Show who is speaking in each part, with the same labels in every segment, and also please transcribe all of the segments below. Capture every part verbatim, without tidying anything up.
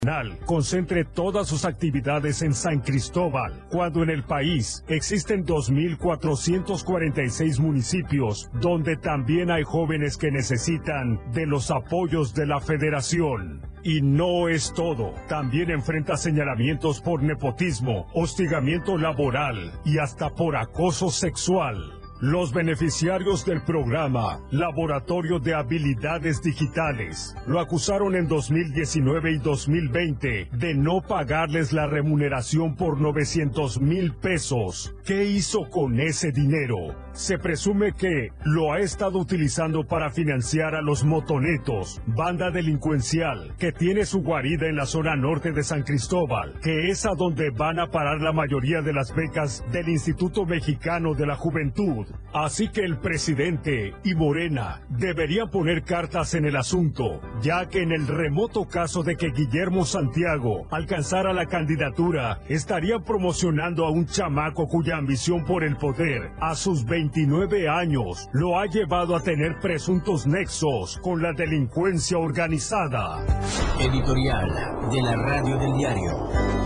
Speaker 1: Concentre todas sus actividades en San Cristóbal, cuando en el país existen dos mil cuatrocientos cuarenta y seis municipios, donde también hay jóvenes que necesitan de los apoyos de la Federación. Y no es todo, también enfrenta señalamientos por nepotismo, hostigamiento laboral y hasta por acoso sexual. Los beneficiarios del programa Laboratorio de Habilidades Digitales lo acusaron en dos mil diecinueve y dos mil veinte de no pagarles la remuneración por novecientos mil pesos. ¿Qué hizo con ese dinero? Se presume que lo ha estado utilizando para financiar a los motonetos, banda delincuencial que tiene su guarida en la zona norte de San Cristóbal, que es a donde van a parar la mayoría de las becas del Instituto Mexicano de la Juventud. Así que el presidente y Morena deberían poner cartas en el asunto, ya que en el remoto caso de que Guillermo Santiago alcanzara la candidatura, estarían promocionando a un chamaco cuya ambición por el poder, a sus veintinueve años, lo ha llevado a tener presuntos nexos con la delincuencia organizada.
Speaker 2: Editorial de la Radio del Diario.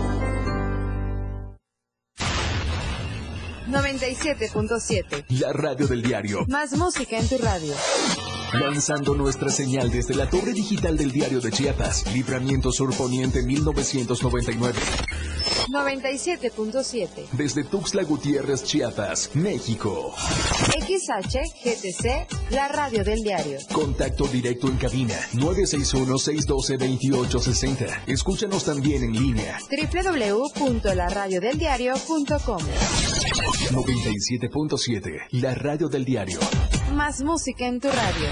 Speaker 3: noventa y siete punto siete.
Speaker 2: La Radio del Diario.
Speaker 3: Más música en tu radio.
Speaker 2: Lanzando nuestra señal desde la torre digital del Diario de Chiapas, Libramiento Sur Poniente mil novecientos noventa y nueve.
Speaker 3: noventa y siete punto siete.
Speaker 2: Desde Tuxtla Gutiérrez, Chiapas, México.
Speaker 3: X H G T C, la Radio del Diario.
Speaker 2: Contacto directo en cabina nueve seis uno, seis uno dos, dos ocho seis cero. Escúchanos también en línea
Speaker 3: doble u doble u doble u punto la radio del diario punto com.
Speaker 2: noventa y siete punto siete, la Radio del Diario.
Speaker 3: Más música en tu radio.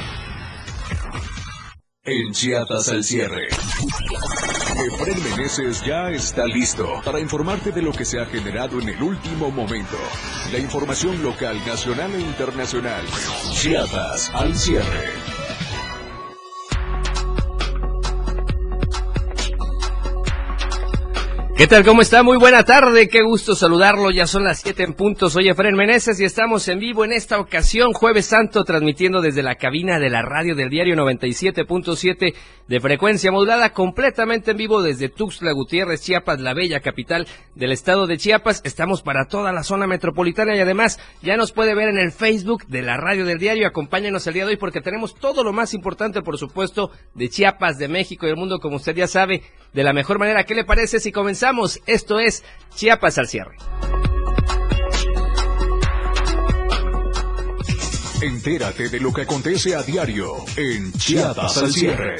Speaker 2: En Chiapas al cierre. Efraín Meneses ya está listo para informarte de lo que se ha generado en el último momento. La información local, nacional e internacional. Chiapas al cierre.
Speaker 4: ¿Qué tal? ¿Cómo está? Muy buena tarde, qué gusto saludarlo, ya son las siete en punto, soy Efraín Meneses y estamos en vivo en esta ocasión, Jueves Santo, transmitiendo desde la cabina de la Radio del Diario noventa y siete punto siete de frecuencia modulada, completamente en vivo desde Tuxtla Gutiérrez, Chiapas, la bella capital del estado de Chiapas. Estamos para toda la zona metropolitana y además ya nos puede ver en el Facebook de la Radio del Diario. Acompáñenos el día de hoy porque tenemos todo lo más importante, por supuesto, de Chiapas, de México y del mundo, como usted ya sabe, de la mejor manera. ¿Qué le parece si comenzamos? Esto es Chiapas al cierre.
Speaker 2: Entérate de lo que acontece a diario en Chiapas al cierre.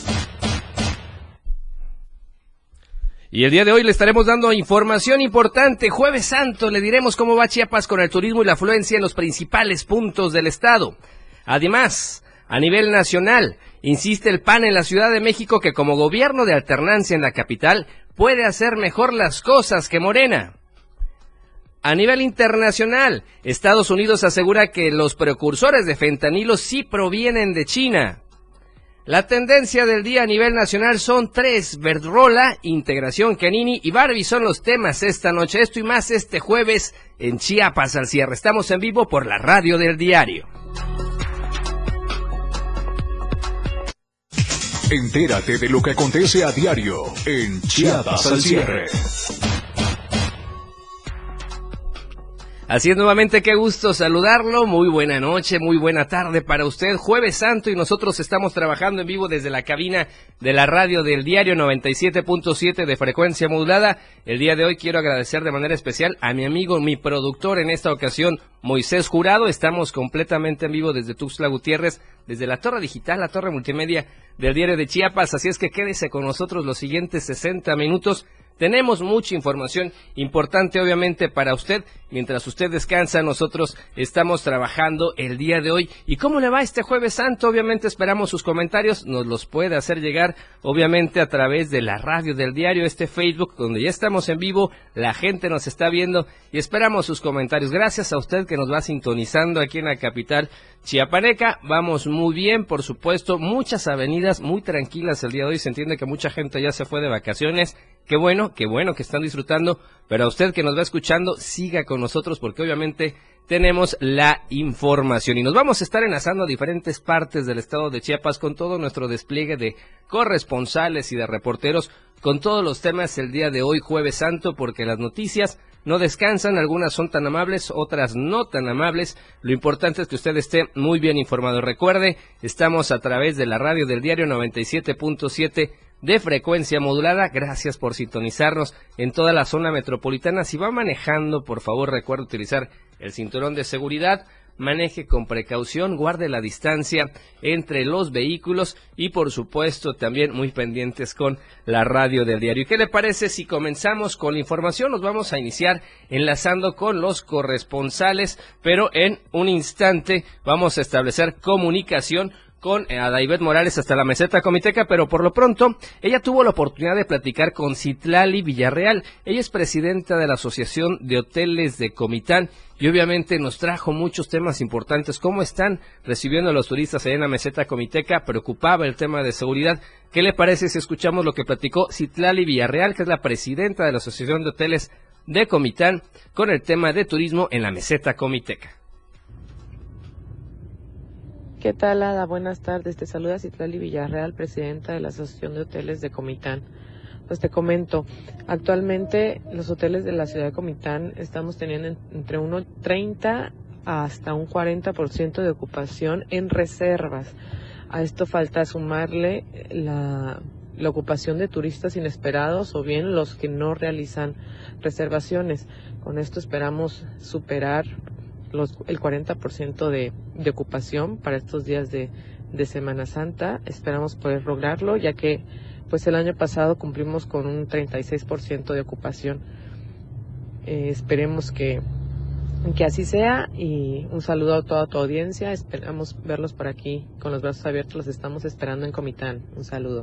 Speaker 4: Y el día de hoy le estaremos dando información importante. Jueves Santo, le diremos cómo va Chiapas con el turismo y la afluencia en los principales puntos del estado. Además, a nivel nacional, insiste el P A N en la Ciudad de México que como gobierno de alternancia en la capital puede hacer mejor las cosas que Morena. A nivel internacional, Estados Unidos asegura que los precursores de fentanilo sí provienen de China. La tendencia del día a nivel nacional son tres: Verdrola, Integración Canini y Barbie son los temas esta noche. Esto y más este jueves en Chiapas al cierre. Estamos en vivo por la Radio del Diario.
Speaker 2: Entérate de lo que acontece a diario en Chiapas al cierre.
Speaker 4: Así es, nuevamente, qué gusto saludarlo, muy buena noche, muy buena tarde para usted, Jueves Santo, y nosotros estamos trabajando en vivo desde la cabina de la Radio del Diario noventa y siete punto siete de frecuencia modulada. El día de hoy quiero agradecer de manera especial a mi amigo, mi productor en esta ocasión, Moisés Jurado. Estamos completamente en vivo desde Tuxtla Gutiérrez, desde la torre digital, la torre multimedia del Diario de Chiapas, así es que quédese con nosotros los siguientes sesenta minutos. Tenemos mucha información importante, obviamente, para usted. Mientras usted descansa, nosotros estamos trabajando el día de hoy. ¿Y cómo le va este Jueves Santo? Obviamente esperamos sus comentarios. Nos los puede hacer llegar, obviamente, a través de la Radio del Diario, este Facebook, donde ya estamos en vivo. La gente nos está viendo y esperamos sus comentarios. Gracias a usted que nos va sintonizando aquí en la capital chiapaneca. Vamos muy bien, por supuesto. Muchas avenidas muy tranquilas el día de hoy. Se entiende que mucha gente ya se fue de vacaciones. Qué bueno, qué bueno que están disfrutando, pero a usted que nos va escuchando, siga con nosotros porque obviamente tenemos la información y nos vamos a estar enlazando a diferentes partes del estado de Chiapas con todo nuestro despliegue de corresponsales y de reporteros con todos los temas el día de hoy, Jueves Santo, porque las noticias no descansan, algunas son tan amables, otras no tan amables. Lo importante es que usted esté muy bien informado. Recuerde, estamos a través de la radio del diario noventa y siete punto siete de frecuencia modulada. Gracias por sintonizarnos en toda la zona metropolitana. Si va manejando, por favor, recuerde utilizar el cinturón de seguridad. Maneje con precaución, guarde la distancia entre los vehículos y por supuesto también muy pendientes con la radio del diario. ¿Qué le parece si comenzamos con la información? Nos vamos a iniciar enlazando con los corresponsales, pero en un instante vamos a establecer comunicación con Adaibet Morales hasta la meseta comiteca, pero por lo pronto ella tuvo la oportunidad de platicar con Citlali Villarreal. Ella es presidenta de la Asociación de Hoteles de Comitán y obviamente nos trajo muchos temas importantes. ¿Cómo están recibiendo a los turistas allá en la meseta comiteca? Preocupaba el tema de seguridad. ¿Qué le parece si escuchamos lo que platicó Citlali Villarreal, que es la presidenta de la Asociación de Hoteles de Comitán, con el tema de turismo en la meseta comiteca?
Speaker 5: ¿Qué tal, Ada? Buenas tardes. Te saluda Citlali Villarreal, presidenta de la Asociación de Hoteles de Comitán. Pues te comento, actualmente los hoteles de la ciudad de Comitán estamos teniendo entre un treinta hasta un cuarenta por ciento de ocupación en reservas. A esto falta sumarle la, la ocupación de turistas inesperados o bien los que no realizan reservaciones. Con esto esperamos superar Los, el cuarenta por ciento de, de ocupación para estos días de, de Semana Santa. Esperamos poder lograrlo, ya que pues el año pasado cumplimos con un treinta y seis por ciento de ocupación. Eh, esperemos que, que así sea, y un saludo a toda tu audiencia. Esperamos verlos por aquí con los brazos abiertos. Los estamos esperando en Comitán. Un saludo.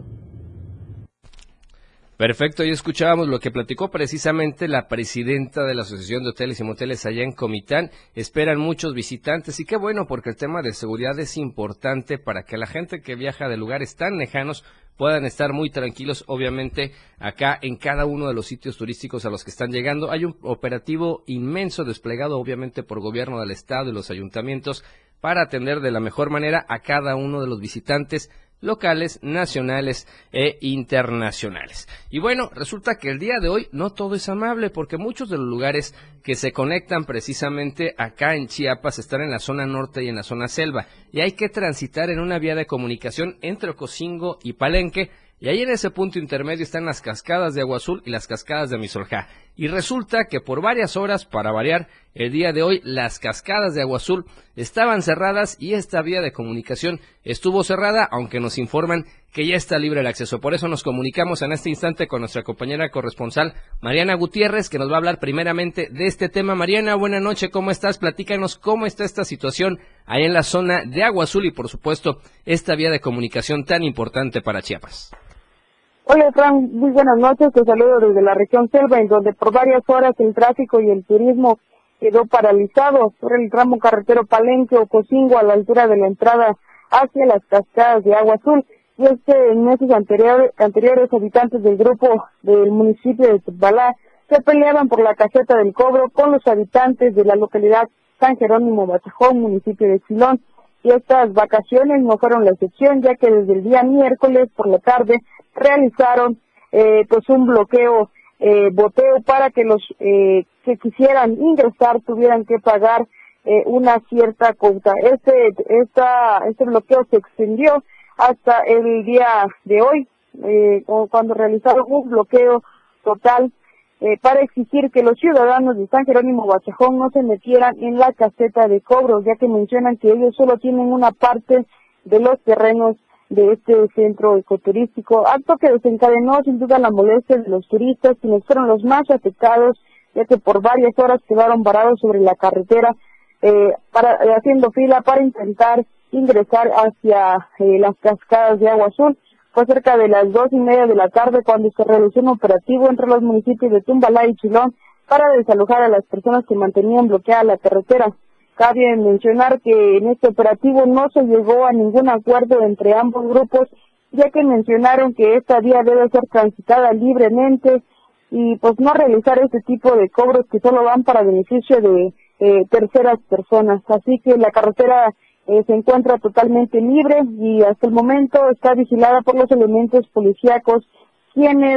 Speaker 4: Perfecto, y escuchábamos lo que platicó precisamente la presidenta de la Asociación de Hoteles y Moteles allá en Comitán. Esperan muchos visitantes y qué bueno, porque el tema de seguridad es importante para que la gente que viaja de lugares tan lejanos puedan estar muy tranquilos. Obviamente acá en cada uno de los sitios turísticos a los que están llegando hay un operativo inmenso desplegado obviamente por gobierno del estado y los ayuntamientos para atender de la mejor manera a cada uno de los visitantes locales, nacionales e internacionales. Y bueno, resulta que el día de hoy no todo es amable, porque muchos de los lugares que se conectan precisamente acá en Chiapas están en la zona norte y en la zona selva, y hay que transitar en una vía de comunicación entre Ocosingo y Palenque, y ahí en ese punto intermedio están las cascadas de Agua Azul y las cascadas de Misoljá. Y resulta que por varias horas, para variar, el día de hoy las cascadas de Agua Azul estaban cerradas y esta vía de comunicación estuvo cerrada, aunque nos informan que ya está libre el acceso. Por eso nos comunicamos en este instante con nuestra compañera corresponsal Mariana Gutiérrez, que nos va a hablar primeramente de este tema. Mariana, buena noche, ¿cómo estás? Platícanos cómo está esta situación ahí en la zona de Agua Azul y por supuesto esta vía de comunicación tan importante para Chiapas.
Speaker 6: Hola, Fran, muy buenas noches, te saludo desde la región selva, en donde por varias horas el tráfico y el turismo quedó paralizado sobre el tramo carretero Palenque-Ocosingo a la altura de la entrada hacia las cascadas de Agua Azul. Y es que en meses anteriores, anteriores habitantes del grupo del municipio de Tupalá se peleaban por la caseta del cobro con los habitantes de la localidad San Jerónimo Bachajón, municipio de Silón. Y estas vacaciones no fueron la excepción, ya que desde el día miércoles por la tarde realizaron eh, pues un bloqueo, eh, boteo para que los eh, que quisieran ingresar tuvieran que pagar eh, una cierta cuota. Este, esta, este bloqueo se extendió hasta el día de hoy, eh, cuando realizaron un bloqueo total eh, para exigir que los ciudadanos de San Jerónimo Bachajón no se metieran en la caseta de cobro, ya que mencionan que ellos solo tienen una parte de los terrenos de este centro ecoturístico, acto que desencadenó sin duda la molestia de los turistas, quienes fueron los más afectados, ya que por varias horas quedaron varados sobre la carretera, eh, para, eh, haciendo fila para intentar ingresar hacia eh, las cascadas de Agua Azul. Fue cerca de las dos y media de la tarde cuando se realizó un operativo entre los municipios de Tumbalá y Chilón para desalojar a las personas que mantenían bloqueada la carretera. Cabe mencionar que en este operativo no se llegó a ningún acuerdo entre ambos grupos, ya que mencionaron que esta vía debe ser transitada libremente y pues no realizar este tipo de cobros que solo van para beneficio de eh, terceras personas. Así que la carretera eh, se encuentra totalmente libre y hasta el momento está vigilada por los elementos policíacos, quienes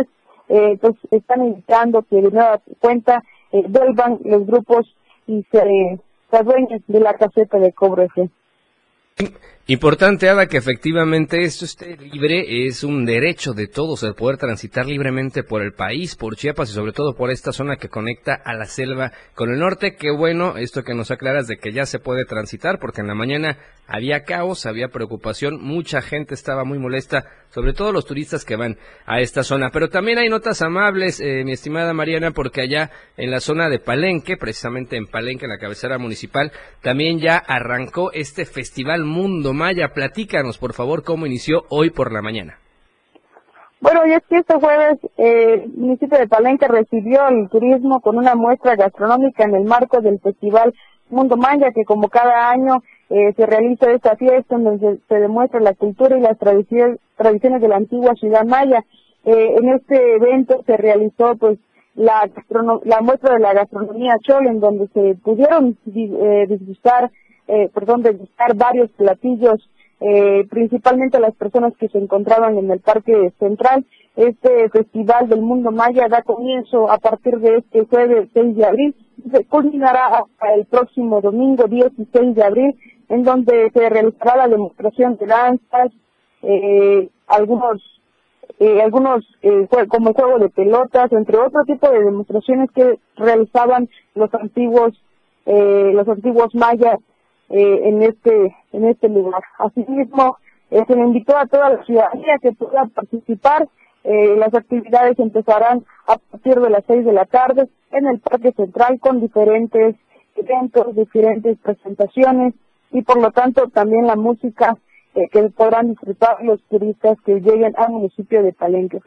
Speaker 6: eh, pues están invitando que de nueva cuenta eh, vuelvan los grupos y se se adueñen de la caseta de cobre.
Speaker 4: Importante, Ada, que efectivamente esto esté libre, es un derecho de todos el poder transitar libremente por el país, por Chiapas y sobre todo por esta zona que conecta a la selva con el norte. Qué bueno esto que nos aclaras de que ya se puede transitar, porque en la mañana había caos, había preocupación, mucha gente estaba muy molesta, sobre todo los turistas que van a esta zona. Pero también hay notas amables, eh, mi estimada Mariana, porque allá en la zona de Palenque, precisamente en Palenque, en la cabecera municipal, también ya arrancó este Festival Mundo Maya. Platícanos, por favor, cómo inició hoy por la mañana.
Speaker 6: Bueno, y es que este jueves eh, el municipio de Palenque recibió el turismo con una muestra gastronómica en el marco del Festival Mundo Maya, que como cada año eh, se realiza esta fiesta en donde se, se demuestra la cultura y las tradiciones, tradiciones de la antigua ciudad maya. Eh, en este evento se realizó pues la, la muestra de la gastronomía chol, en donde se pudieron eh, disgustar, eh, perdón, degustar varios platillos, eh, principalmente las personas que se encontraban en el Parque Central. Este Festival del Mundo Maya da comienzo a partir de este jueves seis de abril, se culminará hasta el próximo domingo dieciséis de abril, en donde se realizará la demostración de danzas, eh, algunos eh, algunos eh, como el juego de pelotas, entre otro tipo de demostraciones que realizaban los antiguos eh, los antiguos mayas eh, en este en este lugar. Asimismo, eh, se le invitó a toda la ciudadanía que pueda participar. Eh, las actividades empezarán a partir de las seis de la tarde en el Parque Central con diferentes eventos, diferentes presentaciones y por lo tanto también la música eh, que podrán disfrutar los turistas que lleguen al municipio de Palenque.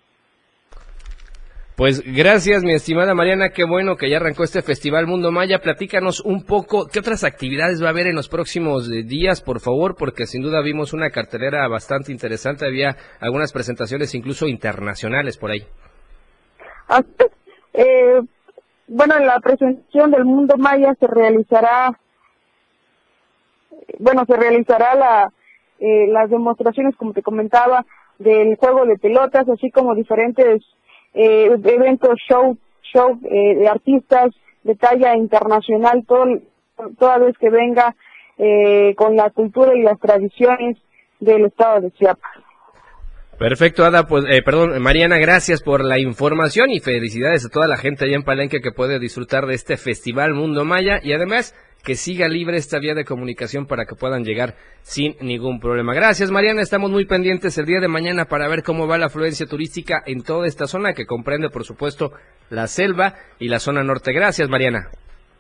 Speaker 4: Pues gracias, mi estimada Mariana, qué bueno que ya arrancó este Festival Mundo Maya. Platícanos un poco, ¿qué otras actividades va a haber en los próximos días, por favor? Porque sin duda vimos una cartelera bastante interesante, había algunas presentaciones incluso internacionales por ahí.
Speaker 6: Eh, bueno, la presentación del Mundo Maya se realizará, bueno, se realizará la eh, las demostraciones, como te comentaba, del juego de pelotas, así como diferentes Eh, eventos, show, show eh, de artistas de talla internacional, todo, toda vez que venga eh, con la cultura y las tradiciones del estado de Chiapas.
Speaker 4: Perfecto, Ada, pues, eh, perdón, Mariana, gracias por la información y felicidades a toda la gente allá en Palenque que puede disfrutar de este Festival Mundo Maya y además que siga libre esta vía de comunicación para que puedan llegar sin ningún problema. Gracias, Mariana, estamos muy pendientes el día de mañana para ver cómo va la afluencia turística en toda esta zona que comprende, por supuesto, la selva y la zona norte. Gracias, Mariana.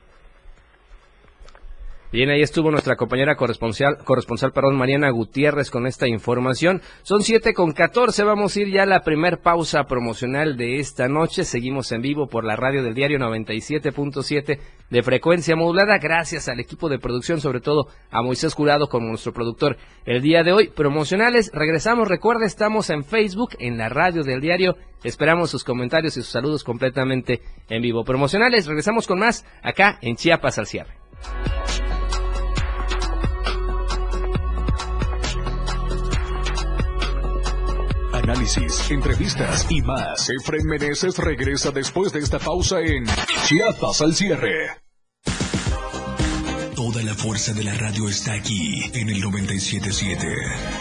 Speaker 4: Bien, ahí estuvo nuestra compañera corresponsal, corresponsal, perdón, Mariana Gutiérrez con esta información. Son siete con catorce, vamos a ir ya a la primer pausa promocional de esta noche. Seguimos en vivo por la radio del diario noventa y siete punto siete de frecuencia modulada. Gracias al equipo de producción, sobre todo a Moisés Jurado como nuestro productor el día de hoy. Promocionales, regresamos, recuerda, estamos en Facebook, en la radio del diario. Esperamos sus comentarios y sus saludos completamente en vivo. Promocionales, regresamos con más acá en Chiapas al cierre.
Speaker 2: Análisis, entrevistas y más. Efraín Meneses regresa después de esta pausa en Chiapas al cierre. Toda la fuerza de la radio está aquí en el noventa y siete punto siete.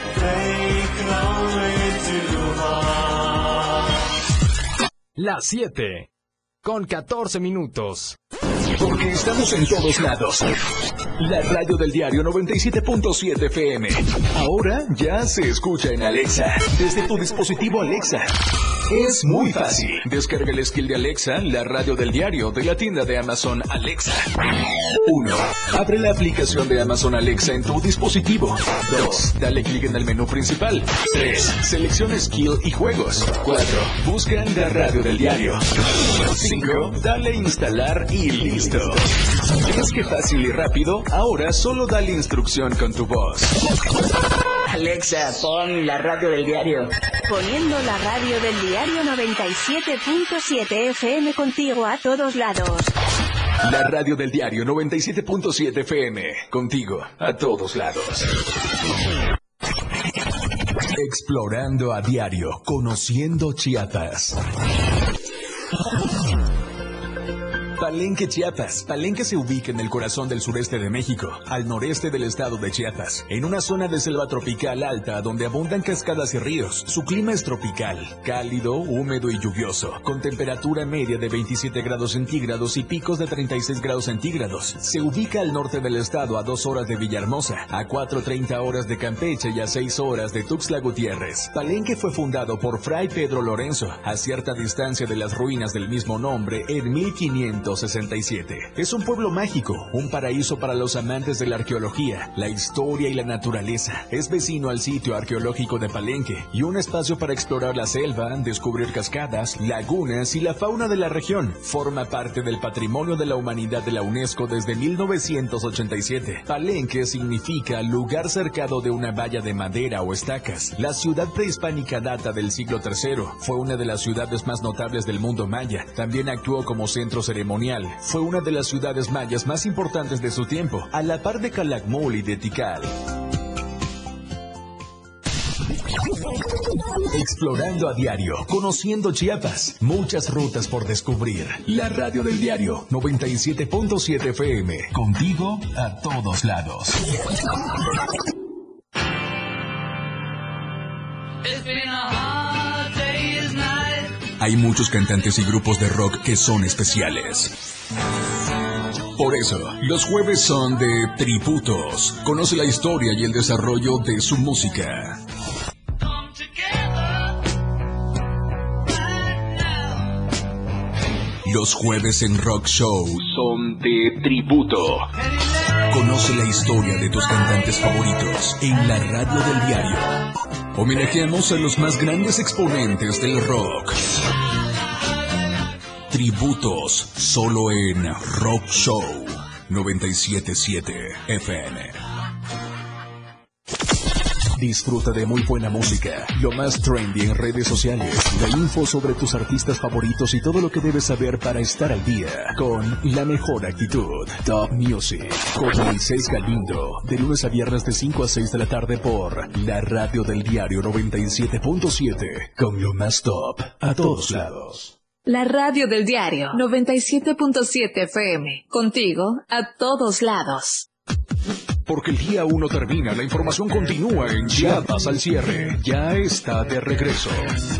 Speaker 7: Las siete con catorce minutos.
Speaker 2: Porque estamos en todos lados. La radio del diario noventa y siete punto siete F M. Ahora ya se escucha en Alexa. Desde tu dispositivo Alexa. Es muy fácil. Descarga el skill de Alexa, la radio del diario de la tienda de Amazon Alexa. uno. Abre la aplicación de Amazon Alexa en tu dispositivo. dos. Dale clic en el menú principal. tres. Selecciona skill y juegos. cuatro. Busca la radio del diario. cinco. Dale instalar y listo. ¿Ves qué fácil y rápido? Ahora solo dale instrucción con tu voz.
Speaker 8: Alexa, pon la radio del diario.
Speaker 9: Poniendo la radio del diario noventa y siete punto siete F M contigo a todos lados.
Speaker 2: La radio del diario noventa y siete punto siete F M. Contigo a todos lados. Explorando a diario, conociendo Chiapas. Palenque, Chiapas. Palenque se ubica en el corazón del sureste de México, al noreste del estado de Chiapas, en una zona de selva tropical alta donde abundan cascadas y ríos. Su clima es tropical, cálido, húmedo y lluvioso, con temperatura media de veintisiete grados centígrados y picos de treinta y seis grados centígrados. Se ubica al norte del estado, a dos horas de Villahermosa, a cuatro treinta horas de Campeche y a seis horas de Tuxtla Gutiérrez. Palenque fue fundado por Fray Pedro Lorenzo, a cierta distancia de las ruinas del mismo nombre, en mil quinientos sesenta y siete. Es un pueblo mágico, un paraíso para los amantes de la arqueología, la historia y la naturaleza. Es vecino al sitio arqueológico de Palenque y un espacio para explorar la selva, descubrir cascadas, lagunas y la fauna de la región. Forma parte del Patrimonio de la Humanidad de la UNESCO desde mil novecientos ochenta y siete. Palenque significa lugar cercado de una valla de madera o estacas. La ciudad prehispánica data del siglo tercero. Fue una de las ciudades más notables del mundo maya. También actuó como centro ceremonial. Fue una de las ciudades mayas más importantes de su tiempo, a la par de Calakmul y de Tikal. Explorando a diario, conociendo Chiapas, muchas rutas por descubrir. La radio del diario noventa y siete punto siete F M, contigo a todos lados. Hay muchos cantantes y grupos de rock que son especiales. Por eso, los jueves son de tributos. Conoce la historia y el desarrollo de su música. Los jueves en Rock Show son de tributo. Conoce la historia de tus cantantes favoritos en la radio del diario. Homenajeamos a los más grandes exponentes del rock. Tributos solo en Rock Show noventa y siete punto siete F M. Disfruta de muy buena música, lo más trendy en redes sociales, la info sobre tus artistas favoritos y todo lo que debes saber para estar al día con la mejor actitud. Top Music con Moisés Galindo, de lunes a viernes de cinco a seis de la tarde por la radio del diario noventa y siete punto siete, con lo más top a todos lados.
Speaker 9: La radio del diario noventa y siete punto siete F M, contigo a todos lados.
Speaker 2: Porque el día uno termina, la información continúa en Chiapas al cierre. Ya está de regreso.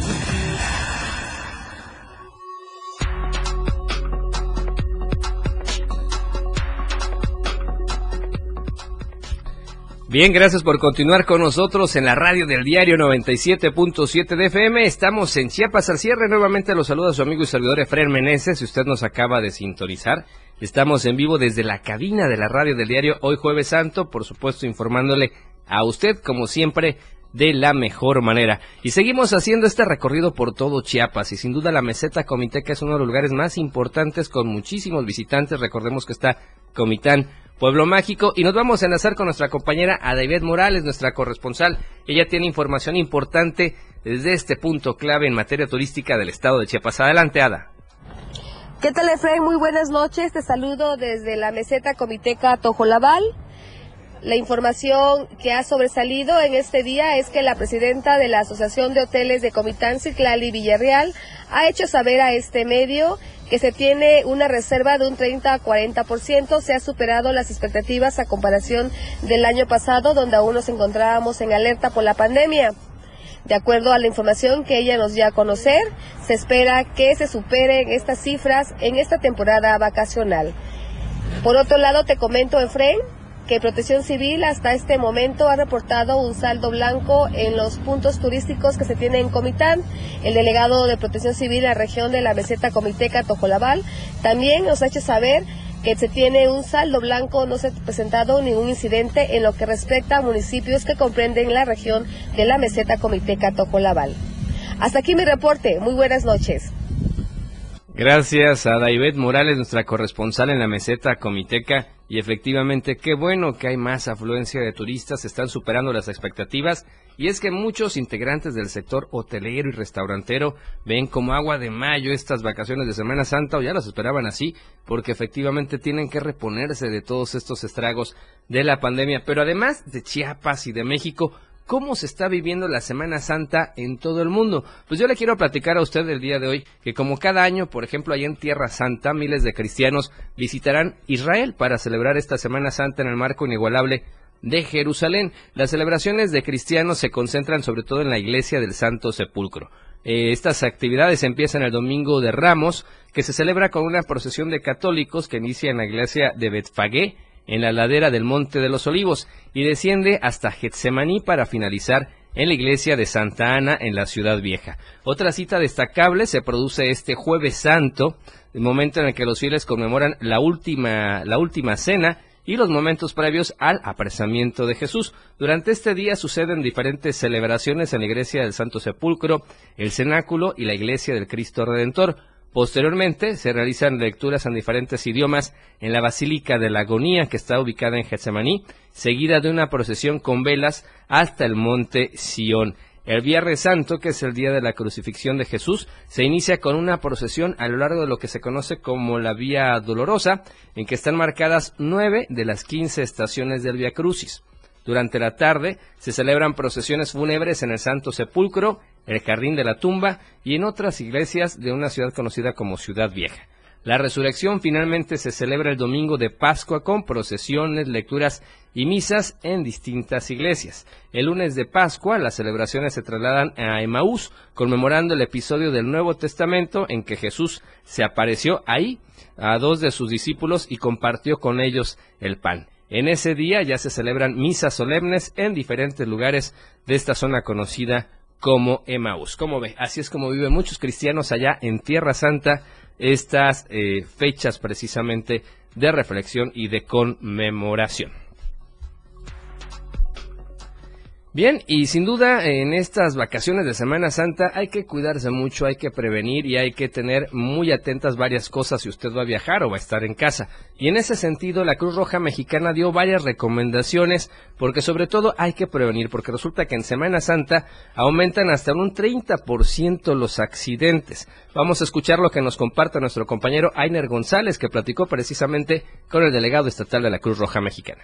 Speaker 4: Bien, gracias por continuar con nosotros en la radio del diario noventa y siete punto siete de F M. Estamos en Chiapas al cierre. Nuevamente los saluda su amigo y servidor Efraín Meneses. Si usted nos acaba de sintonizar, estamos en vivo desde la cabina de la radio del diario, hoy Jueves Santo, por supuesto informándole a usted, como siempre, de la mejor manera. Y seguimos haciendo este recorrido por todo Chiapas, y sin duda la meseta comiteca es uno de los lugares más importantes con muchísimos visitantes. Recordemos que está Comitán, pueblo mágico, y nos vamos a enlazar con nuestra compañera Adaibet Morales, nuestra corresponsal. Ella tiene información importante desde este punto clave en materia turística del estado de Chiapas. Adelante, Ada.
Speaker 10: ¿Qué tal, Efraín? Muy buenas noches. Te saludo desde la meseta comiteca Tojolabal. La información que ha sobresalido en este día es que la presidenta de la Asociación de Hoteles de Comitán, Citlali Villarreal, ha hecho saber a este medio que se tiene una reserva de un treinta a cuarenta por ciento. Se ha superado las expectativas a comparación del año pasado, donde aún nos encontrábamos en alerta por la pandemia. De acuerdo a la información que ella nos dio a conocer, se espera que se superen estas cifras en esta temporada vacacional. Por otro lado, te comento, Efraín, que Protección Civil hasta este momento ha reportado un saldo blanco en los puntos turísticos que se tienen en Comitán. El delegado de Protección Civil en la región de la meseta comiteca Tojolabal también nos ha hecho saber que se tiene un saldo blanco, no se ha presentado ningún incidente en lo que respecta a municipios que comprenden la región de la meseta comiteca Tojolabal. Hasta aquí mi reporte, muy buenas noches.
Speaker 4: Gracias a Adaibet Morales, nuestra corresponsal en la meseta comiteca, y efectivamente qué bueno que hay más afluencia de turistas, se están superando las expectativas, y es que muchos integrantes del sector hotelero y restaurantero ven como agua de mayo estas vacaciones de Semana Santa, o ya las esperaban así, porque efectivamente tienen que reponerse de todos estos estragos de la pandemia. Pero además de Chiapas y de México, ¿Cómo se está viviendo la Semana Santa en todo el mundo? Pues yo le quiero platicar a usted el día de hoy que como cada año, por ejemplo, allá en Tierra Santa, miles de cristianos visitarán Israel para celebrar esta Semana Santa en el marco inigualable de Jerusalén. Las celebraciones de cristianos se concentran sobre todo en la iglesia del Santo Sepulcro. Eh, estas actividades empiezan el Domingo de Ramos, que se celebra con una procesión de católicos que inicia en la iglesia de Betfagé, en la ladera del Monte de los Olivos, y desciende hasta Getsemaní para finalizar en la iglesia de Santa Ana en la Ciudad Vieja. Otra cita destacable se produce este Jueves Santo, el momento en el que los fieles conmemoran la última, la última cena y los momentos previos al apresamiento de Jesús. Durante este día suceden diferentes celebraciones en la iglesia del Santo Sepulcro, el cenáculo y la iglesia del Cristo Redentor. Posteriormente se realizan lecturas en diferentes idiomas en la Basílica de la Agonía, que está ubicada en Getsemaní, seguida de una procesión con velas hasta el monte Sión. El Viernes Santo, que es el día de la crucifixión de Jesús, se inicia con una procesión a lo largo de lo que se conoce como la Vía Dolorosa, en que están marcadas nueve de las quince estaciones del Vía Crucis. Durante la tarde se celebran procesiones fúnebres en el Santo Sepulcro, el Jardín de la Tumba y en otras iglesias de una ciudad conocida como Ciudad Vieja. La resurrección finalmente se celebra el domingo de Pascua con procesiones, lecturas y misas en distintas iglesias. El lunes de Pascua las celebraciones se trasladan a Emaús, conmemorando el episodio del Nuevo Testamento en que Jesús se apareció ahí a dos de sus discípulos y compartió con ellos el pan. En ese día ya se celebran misas solemnes en diferentes lugares de esta zona conocida como Emaús. ¿Cómo ve? Así es como viven muchos cristianos allá en Tierra Santa estas eh, fechas precisamente de reflexión y de conmemoración. Bien, y sin duda en estas vacaciones de Semana Santa hay que cuidarse mucho, hay que prevenir y hay que tener muy atentas varias cosas si usted va a viajar o va a estar en casa. Y en ese sentido la Cruz Roja Mexicana dio varias recomendaciones porque sobre todo hay que prevenir, porque resulta que en Semana Santa aumentan hasta un treinta por ciento los accidentes. Vamos a escuchar lo que nos comparte nuestro compañero Ainer González, que platicó precisamente con el delegado estatal de la Cruz Roja Mexicana.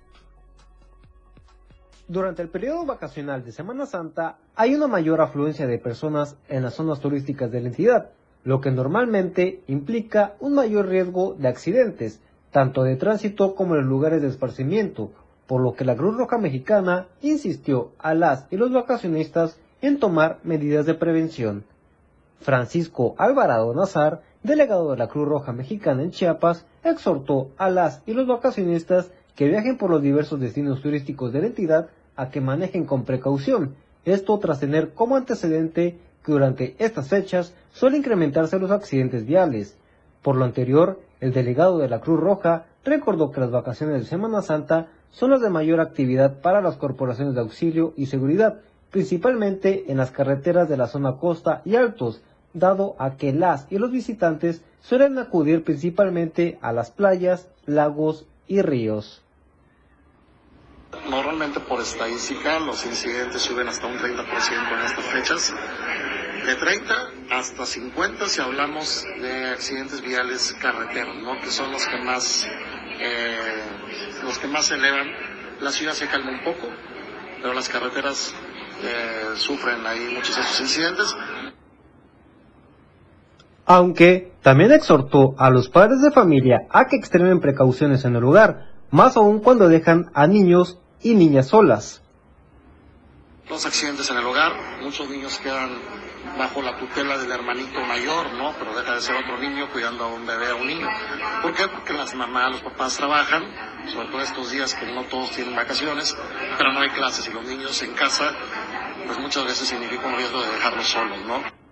Speaker 11: Durante el periodo vacacional de Semana Santa hay una mayor afluencia de personas en las zonas turísticas de la entidad, lo que normalmente implica un mayor riesgo de accidentes, tanto de tránsito como en los lugares de esparcimiento, por lo que la Cruz Roja Mexicana insistió a las y los vacacionistas en tomar medidas de prevención. Francisco Alvarado Nazar, delegado de la Cruz Roja Mexicana en Chiapas, exhortó a las y los vacacionistas que viajen por los diversos destinos turísticos de la entidad a que manejen con precaución, esto tras tener como antecedente que durante estas fechas suele incrementarse los accidentes viales. Por lo anterior, el delegado de la Cruz Roja recordó que las vacaciones de Semana Santa son las de mayor actividad para las corporaciones de auxilio y seguridad, principalmente en las carreteras de la zona costa y altos, dado a que las y los visitantes suelen acudir principalmente a las playas, lagos y ríos.
Speaker 12: Normalmente por estadística los incidentes suben hasta un treinta por ciento en estas fechas, de treinta hasta cincuenta si hablamos de accidentes viales carreteros, ¿no? Que son los que más eh, los que más se elevan. La ciudad se calma un poco, pero las carreteras eh, sufren ahí muchos de esos incidentes.
Speaker 11: Aunque también exhortó a los padres de familia a que extremen precauciones en el lugar, más aún cuando dejan a niños y niñas solas.
Speaker 12: Los accidentes en el hogar, muchos niños quedan bajo la tutela del hermanito mayor, ¿no? Pero deja de ser otro niño cuidando a un bebé o un niño. ¿Por qué? Porque las mamás, los papás trabajan, sobre todo estos días que no todos tienen vacaciones, pero no hay clases y los niños en casa, pues muchas veces significa un riesgo de dejarlos solos, ¿no?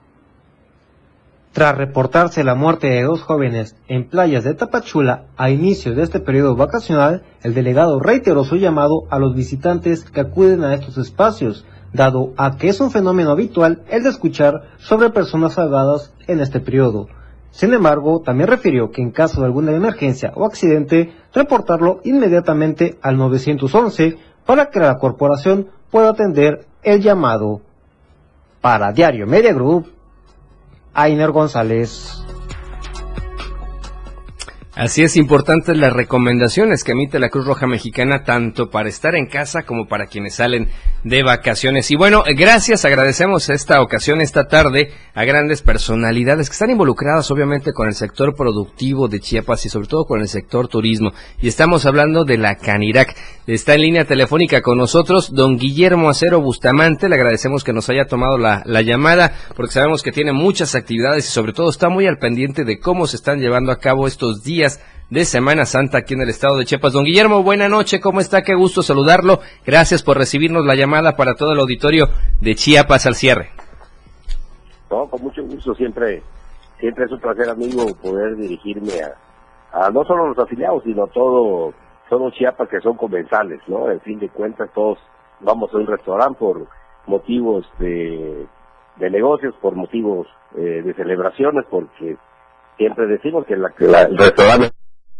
Speaker 11: Tras reportarse la muerte de dos jóvenes en playas de Tapachula a inicios de este periodo vacacional, el delegado reiteró su llamado a los visitantes que acuden a estos espacios, dado a que es un fenómeno habitual el de escuchar sobre personas salvadas en este periodo. Sin embargo, también refirió que en caso de alguna emergencia o accidente, reportarlo inmediatamente al nueve once para que la corporación pueda atender el llamado. Para Diario Media Group, Ainer González.
Speaker 4: Así es, importantes las recomendaciones que emite la Cruz Roja Mexicana, tanto para estar en casa como para quienes salen de vacaciones. Y bueno, gracias, agradecemos esta ocasión, esta tarde, a grandes personalidades que están involucradas obviamente con el sector productivo de Chiapas y sobre todo con el sector turismo. Y estamos hablando de la Canirac. Está en línea telefónica con nosotros don Guillermo Acero Bustamante. Le agradecemos que nos haya tomado la, la llamada, porque sabemos que tiene muchas actividades y sobre todo está muy al pendiente de cómo se están llevando a cabo estos días de Semana Santa aquí en el estado de Chiapas. Don Guillermo, buena noche, ¿cómo está? Qué gusto saludarlo. Gracias por recibirnos la llamada para todo el auditorio de Chiapas al cierre.
Speaker 13: No, con mucho gusto, siempre siempre es un placer, amigo, poder dirigirme a, a no solo los afiliados, sino a todo, todos Chiapas que son comensales, ¿no? En fin de cuentas, todos vamos a un restaurante por motivos de, de negocios, por motivos eh, de celebraciones, porque siempre decimos que, la, que la, el restaurante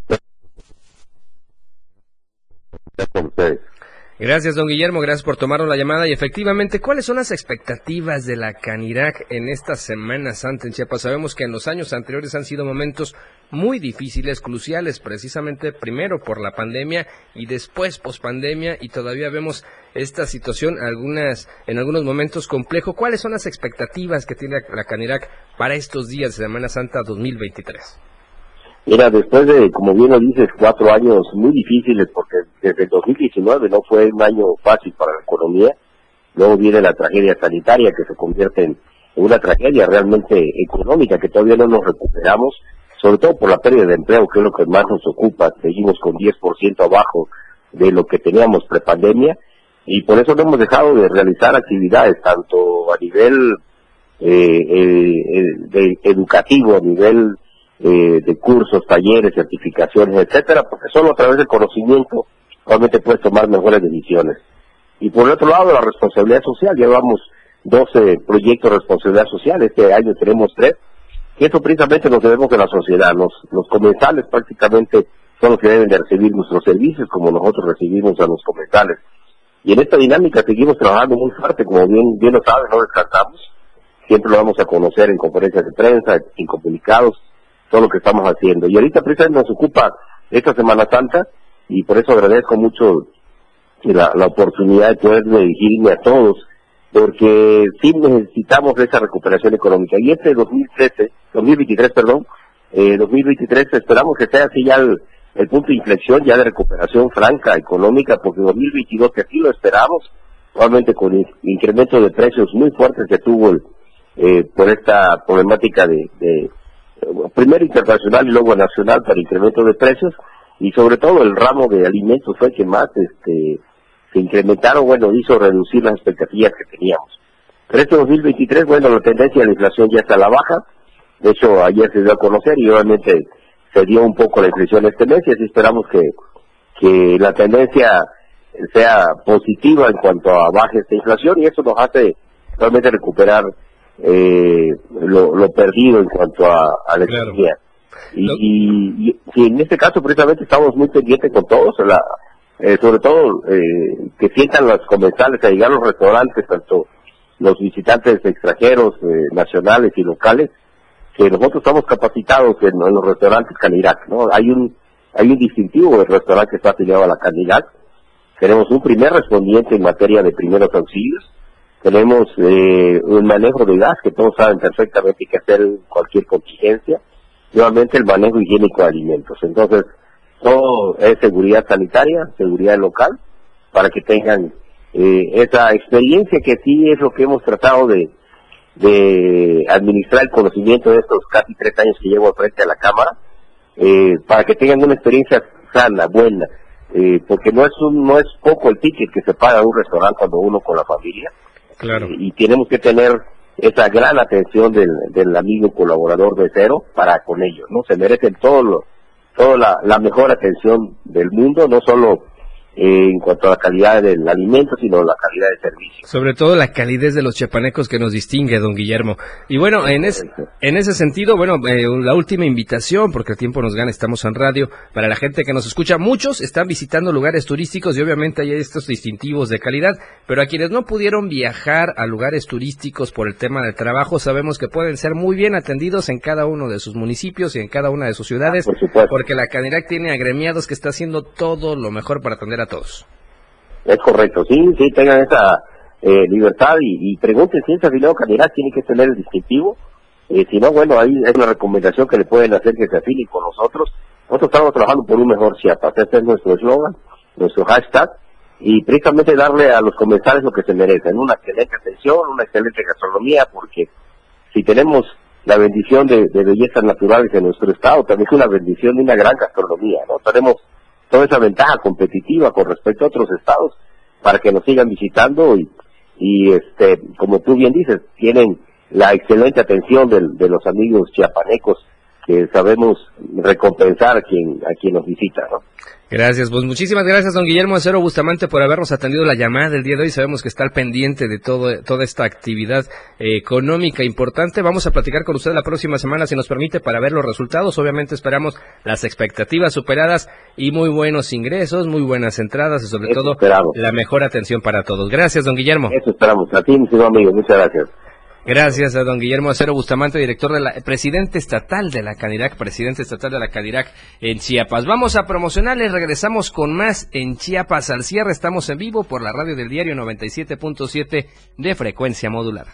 Speaker 13: con ustedes.
Speaker 4: Gracias, don Guillermo, gracias por tomarnos la llamada. Y efectivamente, ¿cuáles son las expectativas de la Canirac en esta Semana Santa en Chiapas? Sabemos que en los años anteriores han sido momentos muy difíciles, cruciales, precisamente primero por la pandemia y después pospandemia, y todavía vemos esta situación algunas en algunos momentos complejo. ¿Cuáles son las expectativas que tiene la Canirac para estos días de Semana Santa dos mil veintitrés?
Speaker 13: Mira, después de, como bien lo dices, cuatro años muy difíciles, porque desde el dos mil diecinueve no fue un año fácil para la economía, luego viene la tragedia sanitaria que se convierte en una tragedia realmente económica que todavía no nos recuperamos, sobre todo por la pérdida de empleo, que es lo que más nos ocupa. Seguimos con diez por ciento abajo de lo que teníamos prepandemia, y por eso no hemos dejado de realizar actividades, tanto a nivel eh, eh, de educativo, a nivel Eh, de cursos, talleres, certificaciones, etcétera, porque solo a través del conocimiento realmente puedes tomar mejores decisiones. Y por el otro lado, la responsabilidad social. Llevamos doce proyectos de responsabilidad social, este año tenemos tres, que eso precisamente nos debemos de la sociedad. Los, los comensales prácticamente son los que deben de recibir nuestros servicios, como nosotros recibimos a los comensales. Y en esta dinámica seguimos trabajando muy fuerte, como bien, bien lo saben, no descartamos. Siempre lo vamos a conocer en conferencias de prensa, en comunicados, todo lo que estamos haciendo. Y ahorita precisamente nos ocupa esta Semana Santa, y por eso agradezco mucho la, la oportunidad de poder dirigirme a todos, porque sí necesitamos esa recuperación económica. Y este dos mil trece, dos mil veintitrés, perdón, eh, dos mil veintitrés esperamos que sea así ya el, el punto de inflexión ya de recuperación franca económica, porque dos mil veintidós, que así lo esperamos, probablemente con in, incremento de precios muy fuertes que tuvo el, eh, por esta problemática de, de primero internacional y luego nacional para incremento de precios, y sobre todo el ramo de alimentos fue el que más este se incrementaron, bueno, hizo reducir las expectativas que teníamos. Pero este dos mil veintitrés, bueno, la tendencia de la inflación ya está a la baja, de hecho ayer se dio a conocer y obviamente se dio un poco la inflación este mes, y así esperamos que, que la tendencia sea positiva en cuanto a baja esta inflación, y eso nos hace realmente recuperar Eh, lo, lo perdido en cuanto a, a la economía. Claro. Y, y, y en este caso precisamente estamos muy pendientes con todos, la, eh, sobre todo eh, que sientan los comensales a llegar a los restaurantes, tanto los visitantes extranjeros, eh, nacionales y locales, que nosotros estamos capacitados en, en los restaurantes Canirac, ¿no? Hay un hay un distintivo del restaurante que está afiliado a la Canirac. Tenemos un primer respondiente en materia de primeros auxilios. Tenemos eh, un manejo de gas, que todos saben perfectamente que hacer cualquier contingencia. Nuevamente el manejo higiénico de alimentos. Entonces, todo es seguridad sanitaria, seguridad local, para que tengan eh, esa experiencia, que sí es lo que hemos tratado de, de administrar el conocimiento de estos casi tres años que llevo al frente de la Cámara, eh, para que tengan una experiencia sana, buena, eh, porque no es un, no es poco el ticket que se paga en un restaurante cuando uno con la familia.
Speaker 4: Claro.
Speaker 13: Y tenemos que tener esa gran atención del, del amigo colaborador de Cero para con ellos, ¿no? Se merecen todo lo, toda la, la mejor atención del mundo, no solo eh, en cuanto a la calidad del alimento, sino la calidad del servicio.
Speaker 4: Sobre todo la calidez de los chiapanecos que nos distingue, don Guillermo. Y bueno, en, es, en ese sentido, bueno, eh, la última invitación, porque el tiempo nos gana, estamos en radio, para la gente que nos escucha, muchos están visitando lugares turísticos y obviamente hay estos distintivos de calidad, pero a quienes no pudieron viajar a lugares turísticos por el tema del trabajo, sabemos que pueden ser muy bien atendidos en cada uno de sus municipios y en cada una de sus ciudades,
Speaker 13: por supuesto,
Speaker 4: porque la Canirac tiene agremiados que está haciendo todo lo mejor para atender a todos.
Speaker 13: Es correcto, sí, sí, tengan esa eh, libertad y, y pregunten si ese afiliado Canirac tiene que tener el distintivo. Eh, si no, bueno, ahí es una recomendación que le pueden hacer que se afilen con nosotros. Nosotros estamos trabajando por un mejor Chiapas, este es nuestro eslogan, nuestro hashtag, y precisamente darle a los comensales lo que se merecen, una excelente atención, una excelente gastronomía, porque si tenemos la bendición de, de bellezas naturales en nuestro estado, también es una bendición de una gran gastronomía, ¿no? Tenemos toda esa ventaja competitiva con respecto a otros estados para que nos sigan visitando y, y este, como tú bien dices, tienen la excelente atención de, de los amigos chiapanecos que sabemos recompensar a quien, a quien nos visita, ¿no?
Speaker 4: Gracias, pues muchísimas gracias, don Guillermo Acero Bustamante, por habernos atendido la llamada del día de hoy. Sabemos que está al pendiente de todo, toda esta actividad eh, económica importante. Vamos a platicar con usted la próxima semana, si nos permite, para ver los resultados. Obviamente esperamos las expectativas superadas y muy buenos ingresos, muy buenas entradas y sobre
Speaker 13: Eso
Speaker 4: todo
Speaker 13: esperamos.
Speaker 4: La mejor atención para todos. Gracias, don Guillermo.
Speaker 13: Eso esperamos. A ti, mi querido amigo, muchas gracias.
Speaker 4: Gracias a don Guillermo Acero Bustamante, director de la, presidente estatal de la Canirac, presidente estatal de la Canirac en Chiapas. Vamos a promocionarles, regresamos con más en Chiapas al cierre. Estamos en vivo por la radio del diario noventa y siete punto siete de frecuencia modulada.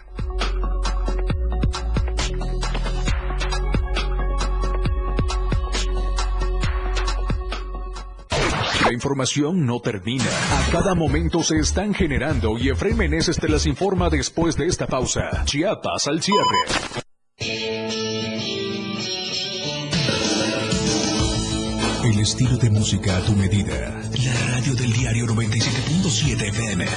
Speaker 2: La información no termina. A cada momento se están generando y Efraín Meneses te las informa después de esta pausa. Chiapas al cierre. El estilo de música a tu medida. La radio del diario noventa y siete punto siete F M.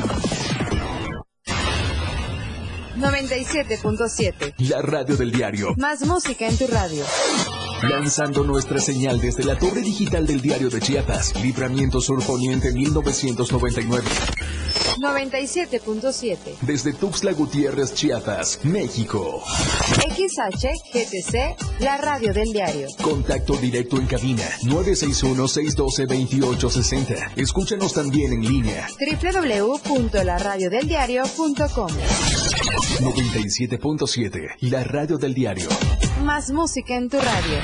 Speaker 3: noventa y siete punto siete.
Speaker 2: La radio del diario.
Speaker 3: Más música en tu radio.
Speaker 2: Lanzando nuestra señal desde la torre digital del diario de Chiapas, Libramiento Sur Poniente mil novecientos noventa y nueve.
Speaker 3: noventa y siete punto siete.
Speaker 2: Desde Tuxtla Gutiérrez, Chiapas, México.
Speaker 3: X H G T C, la radio del diario.
Speaker 2: Contacto directo en cabina nueve seis uno, seis uno dos, dos ocho seis cero. Escúchanos también en línea.
Speaker 3: doble u doble u doble u punto la radio del diario punto com.
Speaker 2: noventa y siete punto siete, la radio del diario.
Speaker 3: Más música en tu radio.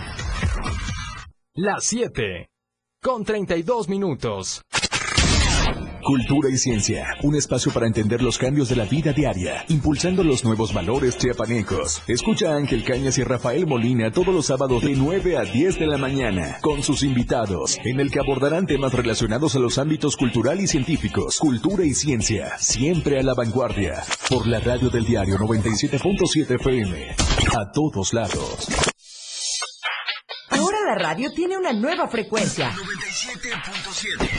Speaker 7: Las siete, con treinta y dos minutos.
Speaker 2: Cultura y ciencia, un espacio para entender los cambios de la vida diaria, impulsando los nuevos valores chiapanecos. Escucha a Ángel Cañas y Rafael Molina todos los sábados de nueve a diez de la mañana, con sus invitados, en el que abordarán temas relacionados a los ámbitos cultural y científicos. Cultura y ciencia, siempre a la vanguardia, por la radio del diario noventa y siete punto siete F M, a todos lados.
Speaker 14: Ahora la radio tiene una nueva frecuencia.
Speaker 2: noventa y siete punto siete.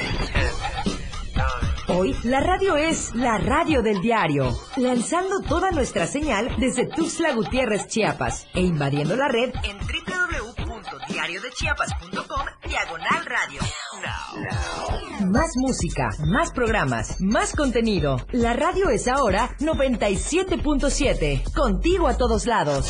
Speaker 14: Hoy, la radio es la radio del diario, lanzando toda nuestra señal desde Tuxtla Gutiérrez, Chiapas, e invadiendo la red en doble u doble u doble u punto diario de chiapas punto com, diagonal radio. Más música, más programas, más contenido. La radio es ahora noventa y siete punto siete, contigo a todos lados.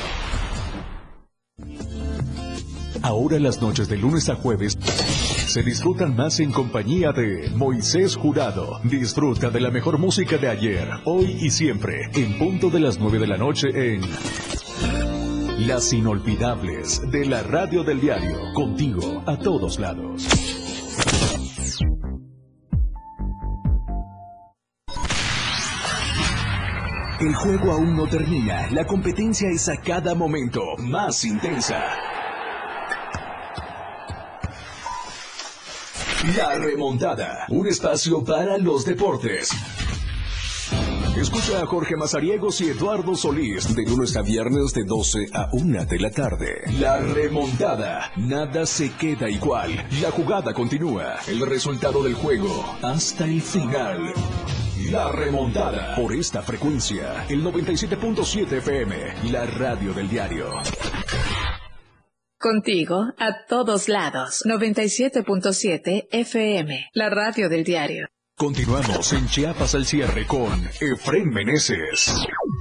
Speaker 2: Ahora las noches de lunes a jueves se disfrutan más en compañía de Moisés Jurado. Disfruta de la mejor música de ayer, hoy y siempre, en punto de las nueve de la noche en Las Inolvidables de la radio del diario, contigo a todos lados. El juego aún no termina, la competencia es a cada momento más intensa. La Remontada, un espacio para los deportes. Escucha a Jorge Mazariegos y Eduardo Solís de lunes a viernes de doce a una de la tarde. La Remontada, nada se queda igual. La jugada continúa, el resultado del juego hasta el final. La Remontada, por esta frecuencia, el noventa y siete punto siete F M, la radio del diario.
Speaker 15: Contigo a todos lados. noventa y siete punto siete F M, la radio del diario.
Speaker 2: Continuamos en Chiapas al cierre con Efrén Meneses.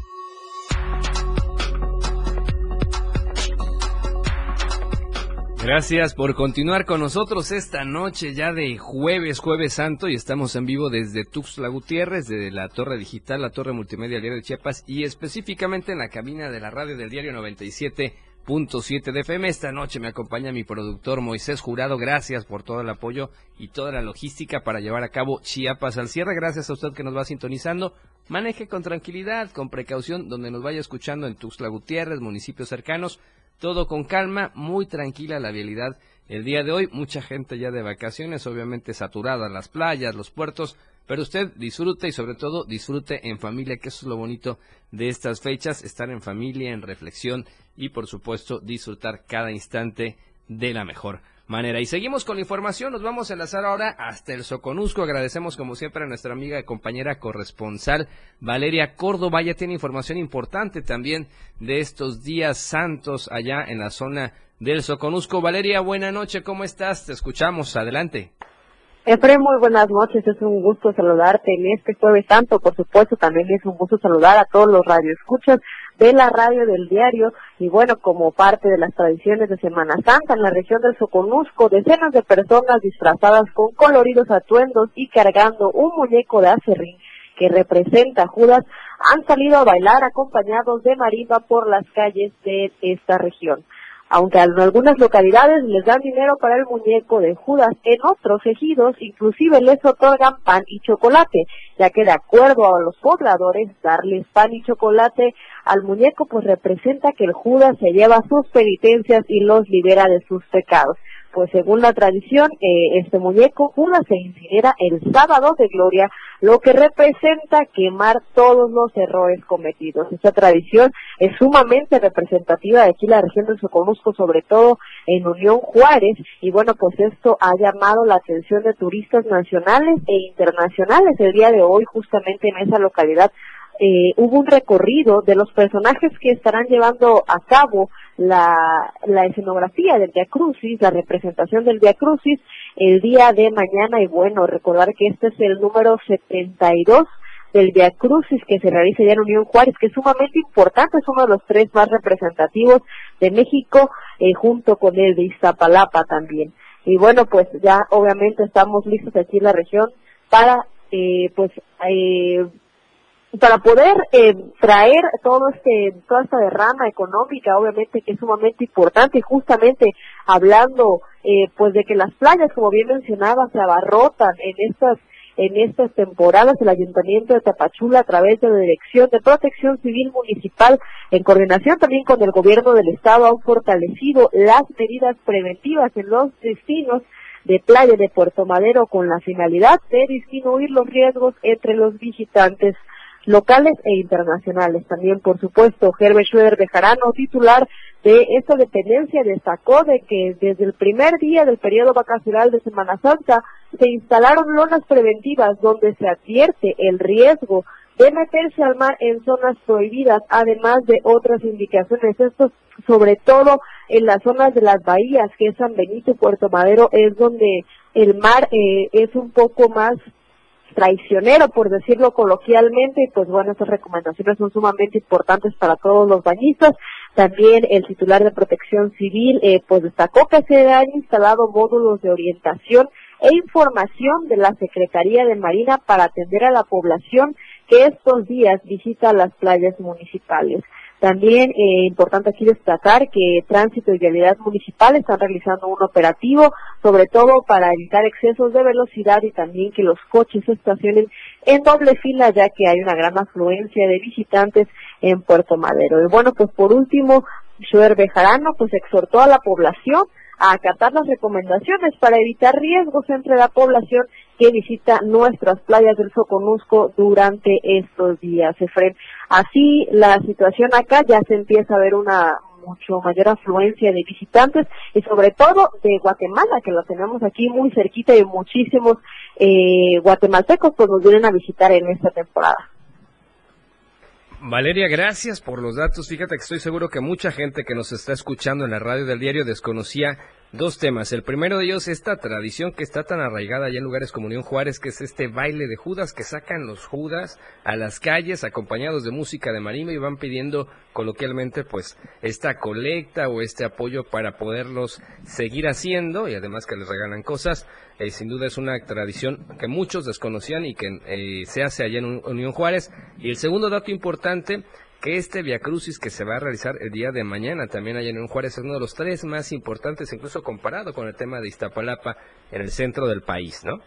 Speaker 4: Gracias por continuar con nosotros esta noche ya de jueves, jueves santo, y estamos en vivo desde Tuxtla Gutiérrez, desde la torre digital, la torre multimedia del diario de Chiapas, y específicamente en la cabina de la radio del diario noventa y siete punto siete de F M. Esta noche me acompaña mi productor Moisés Jurado. Gracias por todo el apoyo y toda la logística para llevar a cabo Chiapas al cierre. Gracias a usted que nos va sintonizando. Maneje con tranquilidad, con precaución, donde nos vaya escuchando en Tuxtla Gutiérrez, municipios cercanos. Todo con calma, muy tranquila la vialidad el día de hoy. Mucha gente ya de vacaciones, obviamente saturada las playas, los puertos, pero usted disfrute y sobre todo disfrute en familia, que eso es lo bonito de estas fechas, estar en familia, en reflexión y por supuesto disfrutar cada instante de la mejor manera. Y seguimos con la información, nos vamos a enlazar ahora hasta el Soconusco. Agradecemos como siempre a nuestra amiga y compañera corresponsal Valeria Córdoba. Ya tiene información importante también de estos días santos allá en la zona del Soconusco. Valeria, buena noche, ¿cómo estás? Te escuchamos, adelante.
Speaker 16: Efrén, muy buenas noches, es un gusto saludarte en este jueves santo. Por supuesto, también es un gusto saludar a todos los radioescuchas de la radio del diario. Y bueno, como parte de las tradiciones de Semana Santa en la región del Soconusco, decenas de personas disfrazadas con coloridos atuendos y cargando un muñeco de acerrín que representa a Judas han salido a bailar acompañados de marimba por las calles de esta región. Aunque en algunas localidades les dan dinero para el muñeco de Judas, en otros ejidos inclusive les otorgan pan y chocolate, ya que de acuerdo a los pobladores, darles pan y chocolate al muñeco pues representa que el Judas se lleva sus penitencias y los libera de sus pecados. Pues según la tradición, eh, este muñeco Judas se incinera el sábado de gloria, lo que representa quemar todos los errores cometidos. Esta tradición es sumamente representativa de aquí la región del Soconusco, sobre todo en Unión Juárez, y bueno, pues esto ha llamado la atención de turistas nacionales e internacionales. El día de hoy, justamente en esa localidad, Eh, hubo un recorrido de los personajes que estarán llevando a cabo la, la escenografía del Via Crucis, la representación del Via Crucis el día de mañana. Y bueno, recordar que este es el número setenta y dos del Via Crucis que se realiza ya en Unión Juárez, que es sumamente importante, es uno de los tres más representativos de México, eh, junto con el de Iztapalapa también. Y bueno, pues ya obviamente estamos listos aquí en la región para, eh, pues, eh, para poder eh, traer todo este toda esta derrama económica, obviamente que es sumamente importante, y justamente hablando eh, pues de que las playas, como bien mencionaba, se abarrotan en estas en estas temporadas. El Ayuntamiento de Tapachula, a través de la Dirección de Protección Civil Municipal, en coordinación también con el Gobierno del Estado, han fortalecido las medidas preventivas en los destinos de playa de Puerto Madero con la finalidad de disminuir los riesgos entre los visitantes locales e internacionales. También, por supuesto, Herbert Schroeder Bejarano, titular de esta dependencia, destacó de que desde el primer día del periodo vacacional de Semana Santa se instalaron lonas preventivas donde se advierte el riesgo de meterse al mar en zonas prohibidas, además de otras indicaciones. Esto sobre todo en las zonas de las bahías, que es San Benito y Puerto Madero, es donde el mar eh, es un poco más traicionero, por decirlo coloquialmente. Y pues bueno, estas recomendaciones son sumamente importantes para todos los bañistas. También el titular de Protección Civil eh, pues destacó que se han instalado módulos de orientación e información de la Secretaría de Marina para atender a la población que estos días visita las playas municipales. También eh, importante aquí destacar que Tránsito y Vialidad Municipal están realizando un operativo, sobre todo para evitar excesos de velocidad y también que los coches se estacionen en doble fila, ya que hay una gran afluencia de visitantes en Puerto Madero. Y bueno, pues por último, Schroeder Bejarano pues exhortó a la población a acatar las recomendaciones para evitar riesgos entre la población que visita nuestras playas del Soconusco durante estos días, Efrén. Así, la situación acá ya se empieza a ver una mucho mayor afluencia de visitantes y sobre todo de Guatemala, que lo tenemos aquí muy cerquita, y muchísimos eh, guatemaltecos pues nos vienen a visitar en esta temporada.
Speaker 4: Valeria, gracias por los datos. Fíjate que estoy seguro que mucha gente que nos está escuchando en la radio del diario desconocía dos temas. El primero de ellos, esta tradición que está tan arraigada allá en lugares como Unión Juárez, que es este baile de Judas, que sacan los Judas a las calles acompañados de música de marimba y van pidiendo coloquialmente pues esta colecta o este apoyo para poderlos seguir haciendo, y además que les regalan cosas. Eh, sin duda es una tradición que muchos desconocían y que eh, se hace allá en Unión Juárez. Y el segundo dato importante, que este viacrucis que se va a realizar el día de mañana también allá en Unión Juárez es uno de los tres más importantes, incluso comparado con el tema de Iztapalapa en el centro del país, ¿no?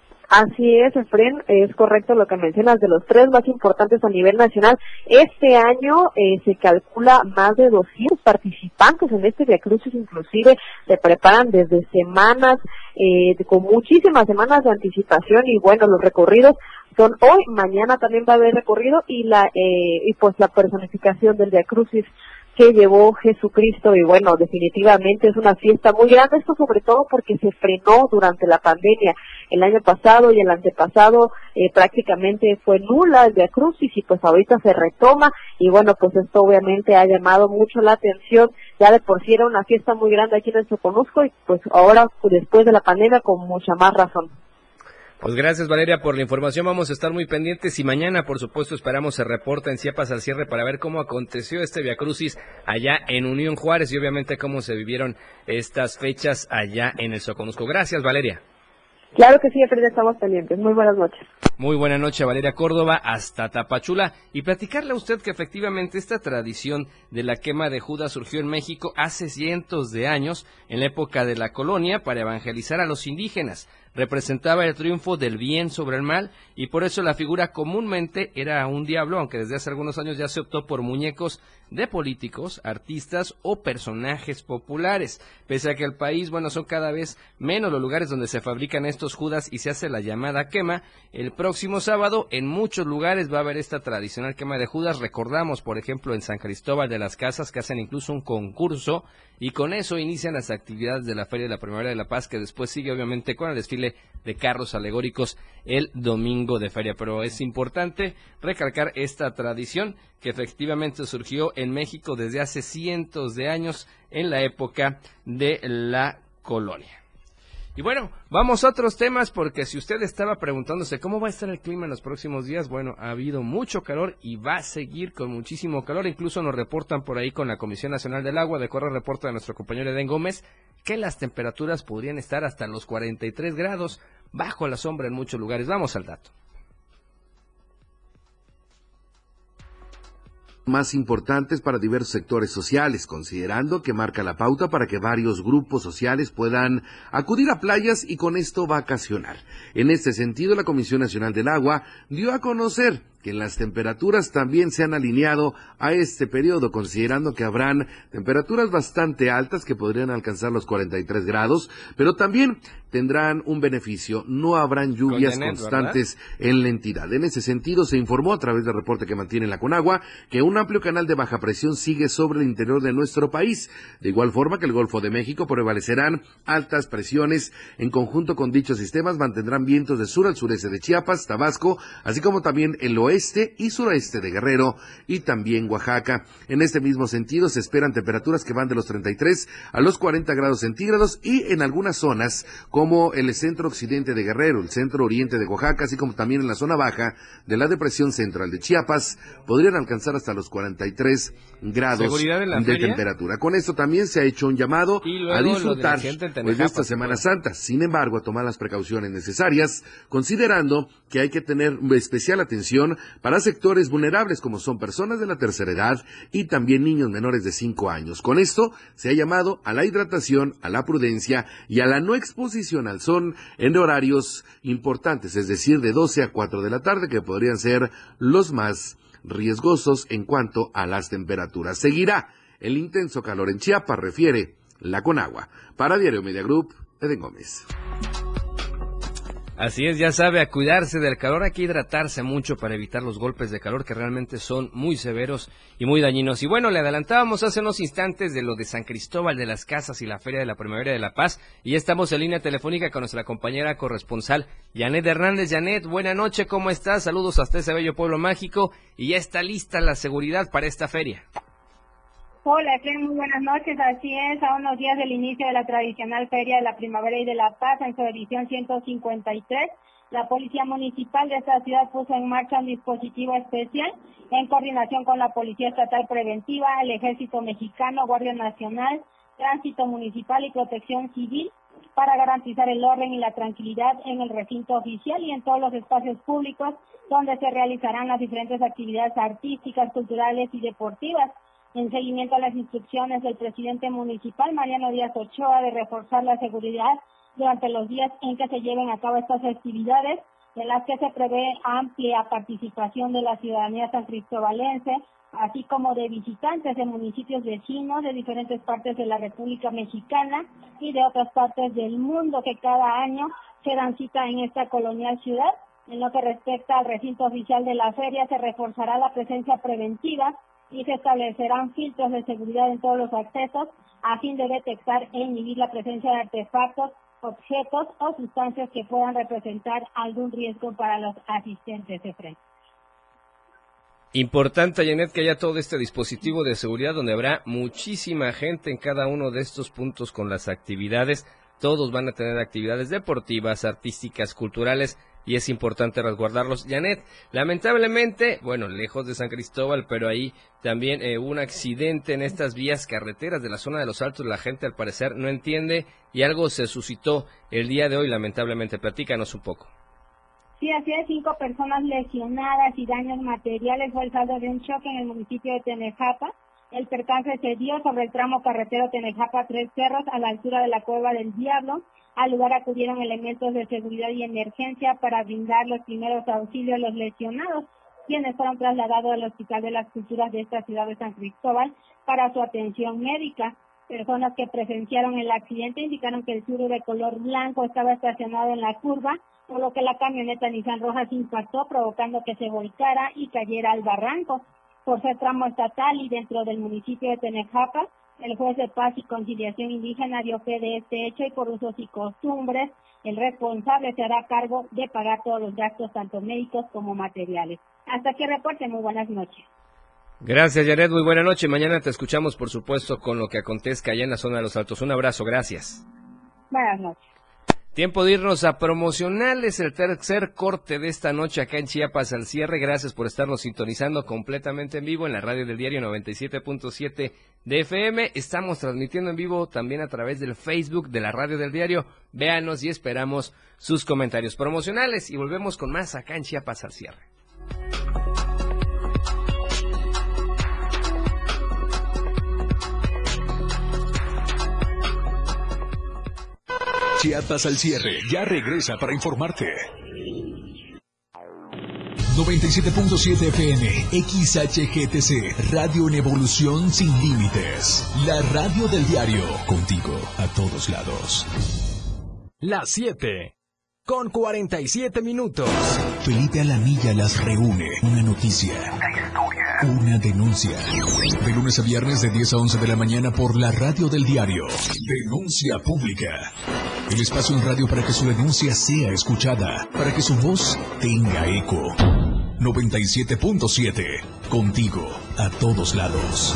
Speaker 16: Así es, Efren, es correcto lo que mencionas, de los tres más importantes a nivel nacional. Este año eh, se calcula más de doscientos participantes en este viacrucis, inclusive se preparan desde semanas, eh, con muchísimas semanas de anticipación, y bueno, los recorridos son hoy, mañana también va a haber recorrido, y la eh, y pues la personificación del viacrucis que llevó Jesucristo. Y bueno, definitivamente es una fiesta muy grande, esto sobre todo porque se frenó durante la pandemia. El año pasado y el antepasado eh, prácticamente fue nula el viacrucis, y pues ahorita se retoma, y bueno, pues esto obviamente ha llamado mucho la atención. Ya de por sí era una fiesta muy grande aquí en el Soconusco, y pues ahora, después de la pandemia, con mucha más razón.
Speaker 4: Pues gracias, Valeria, por la información. Vamos a estar muy pendientes y mañana, por supuesto, esperamos el reporte en Chiapas al cierre para ver cómo aconteció este viacrucis allá en Unión Juárez y obviamente cómo se vivieron estas fechas allá en el Soconusco. Gracias, Valeria.
Speaker 16: Claro que sí, Frida, estamos pendientes. Muy buenas noches.
Speaker 4: Muy buena noche, Valeria Córdoba, hasta Tapachula. Y platicarle a usted que efectivamente esta tradición de la quema de Judas surgió en México hace cientos de años, en la época de la colonia, para evangelizar a los indígenas. Representaba el triunfo del bien sobre el mal, y por eso la figura comúnmente era un diablo, aunque desde hace algunos años ya se optó por muñecos de políticos, artistas o personajes populares. Pese a que el país, bueno, son cada vez menos los lugares donde se fabrican estos Judas y se hace la llamada quema, el próximo sábado en muchos lugares va a haber esta tradicional quema de Judas. Recordamos, por ejemplo, en San Cristóbal de las Casas, que hacen incluso un concurso, y con eso inician las actividades de la Feria de la Primavera de la Paz, que después sigue obviamente con el desfile de carros alegóricos el domingo de feria. Pero es importante recalcar esta tradición que efectivamente surgió en México desde hace cientos de años, en la época de la colonia. Y bueno, vamos a otros temas, porque si usted estaba preguntándose cómo va a estar el clima en los próximos días, bueno, ha habido mucho calor y va a seguir con muchísimo calor. Incluso nos reportan por ahí con la Comisión Nacional del Agua, de acuerdo al reporte de nuestro compañero Eden Gómez, que las temperaturas podrían estar hasta los cuarenta y tres grados, bajo la sombra en muchos lugares. Vamos al dato.
Speaker 17: Más importantes para diversos sectores sociales, considerando que marca la pauta para que varios grupos sociales puedan acudir a playas y con esto vacacionar. En este sentido, la Comisión Nacional del Agua dio a conocer que las temperaturas también se han alineado a este periodo, considerando que habrán temperaturas bastante altas que podrían alcanzar los cuarenta y tres grados, pero también tendrán un beneficio: no habrán lluvias Contener, constantes, ¿verdad?, en la entidad. En ese sentido, se informó a través del reporte que mantiene la Conagua que un amplio canal de baja presión sigue sobre el interior de nuestro país. De igual forma que el Golfo de México prevalecerán altas presiones. En conjunto con dichos sistemas mantendrán vientos de sur al sureste de Chiapas, Tabasco, así como también el oeste y suroeste de Guerrero y también Oaxaca. En este mismo sentido, se esperan temperaturas que van de los treinta y tres a los cuarenta grados centígrados, y en algunas zonas como el centro occidente de Guerrero, el centro oriente de Oaxaca, así como también en la zona baja de la depresión central de Chiapas, podrían alcanzar hasta los cuarenta y tres grados de feria? temperatura. Con esto también se ha hecho un llamado a disfrutar de, pues, de esta Semana Santa. Sin embargo, a tomar las precauciones necesarias, considerando que hay que tener especial atención para sectores vulnerables como son personas de la tercera edad y también niños menores de cinco años. Con esto se ha llamado a la hidratación, a la prudencia y a la no exposición al sol en horarios importantes, es decir, de doce a cuatro de la tarde, que podrían ser los más riesgosos en cuanto a las temperaturas. Seguirá el intenso calor en Chiapas, refiere la Conagua. Para Diario Media Group, Eden Gómez.
Speaker 4: Así es, ya sabe, a cuidarse del calor, hay que hidratarse mucho para evitar los golpes de calor que realmente son muy severos y muy dañinos. Y bueno, le adelantábamos hace unos instantes de lo de San Cristóbal de las Casas y la Feria de la Primavera de la Paz, y ya estamos en línea telefónica con nuestra compañera corresponsal Janet Hernández. Janet, buena noche, ¿cómo estás? Saludos hasta ese bello pueblo mágico, y ya está lista la seguridad para esta feria.
Speaker 18: Hola, Efraín, muy buenas noches. Así es, a unos días del inicio de la tradicional Feria de la Primavera y de la Paz en su edición ciento cincuenta y tres, la Policía Municipal de esta ciudad puso en marcha un dispositivo especial en coordinación con la Policía Estatal Preventiva, el Ejército Mexicano, Guardia Nacional, Tránsito Municipal y Protección Civil para garantizar el orden y la tranquilidad en el recinto oficial y en todos los espacios públicos donde se realizarán las diferentes actividades artísticas, culturales y deportivas. En seguimiento a las instrucciones del presidente municipal, Mariano Díaz Ochoa, de reforzar la seguridad durante los días en que se lleven a cabo estas festividades, en las que se prevé amplia participación de la ciudadanía sancristobalense, así como de visitantes de municipios vecinos de diferentes partes de la República Mexicana y de otras partes del mundo que cada año se dan cita en esta colonial ciudad. En lo que respecta al recinto oficial de la feria, se reforzará la presencia preventiva y se establecerán filtros de seguridad en todos los accesos a fin de detectar e inhibir la presencia de artefactos, objetos o sustancias que puedan representar algún riesgo para los asistentes de frente.
Speaker 4: Importante, Janet, que haya todo este dispositivo de seguridad donde habrá muchísima gente en cada uno de estos puntos con las actividades. Todos van a tener actividades deportivas, artísticas, culturales, y es importante resguardarlos. Janet, lamentablemente, bueno, lejos de San Cristóbal, pero ahí también eh, hubo un accidente en estas vías carreteras de la zona de Los Altos. La gente al parecer no entiende y algo se suscitó el día de hoy, lamentablemente. Platícanos un poco.
Speaker 18: Sí, así es, cinco personas lesionadas y daños materiales fue el saldo de un choque en el municipio de Tenejapa. El percance se dio sobre el tramo carretero Tenejapa-Tres Cerros, a la altura de la Cueva del Diablo. Al lugar acudieron elementos de seguridad y emergencia para brindar los primeros auxilios a los lesionados, quienes fueron trasladados al Hospital de las Culturas de esta ciudad de San Cristóbal para su atención médica. Personas que presenciaron el accidente indicaron que el Tsuru de color blanco estaba estacionado en la curva, por lo que la camioneta Nissan Roja se impactó, provocando que se volcara y cayera al barranco. Por ser tramo estatal y dentro del municipio de Tenejapa, el juez de paz y conciliación indígena dio fe de este hecho y por usos y costumbres, el responsable se hará cargo de pagar todos los gastos, tanto médicos como materiales. Hasta aquí reporte, muy buenas noches.
Speaker 4: Gracias, Janet, muy buena noche. Mañana te escuchamos, por supuesto, con lo que acontezca allá en la zona de Los Altos. Un abrazo, gracias.
Speaker 18: Buenas noches.
Speaker 4: Tiempo de irnos a promocionales, el tercer corte de esta noche acá en Chiapas al cierre. Gracias por estarnos sintonizando completamente en vivo en la radio del diario noventa y siete punto siete de F M. Estamos transmitiendo en vivo también a través del Facebook de la radio del diario. Véanos y esperamos sus comentarios promocionales y volvemos con más acá en Chiapas al cierre.
Speaker 2: Chiapas al cierre ya regresa para informarte. noventa y siete punto siete F M, X H G T C, radio en evolución sin límites. La radio del diario, contigo a todos lados.
Speaker 7: Las siete, con cuarenta y siete minutos.
Speaker 2: Felipe Alamilla las reúne. Una noticia. Una historia. Una denuncia. De lunes a viernes de diez a once de la mañana por la radio del diario. Denuncia pública. El espacio en radio para que su denuncia sea escuchada, para que su voz tenga eco. noventa y siete punto siete, contigo a todos lados.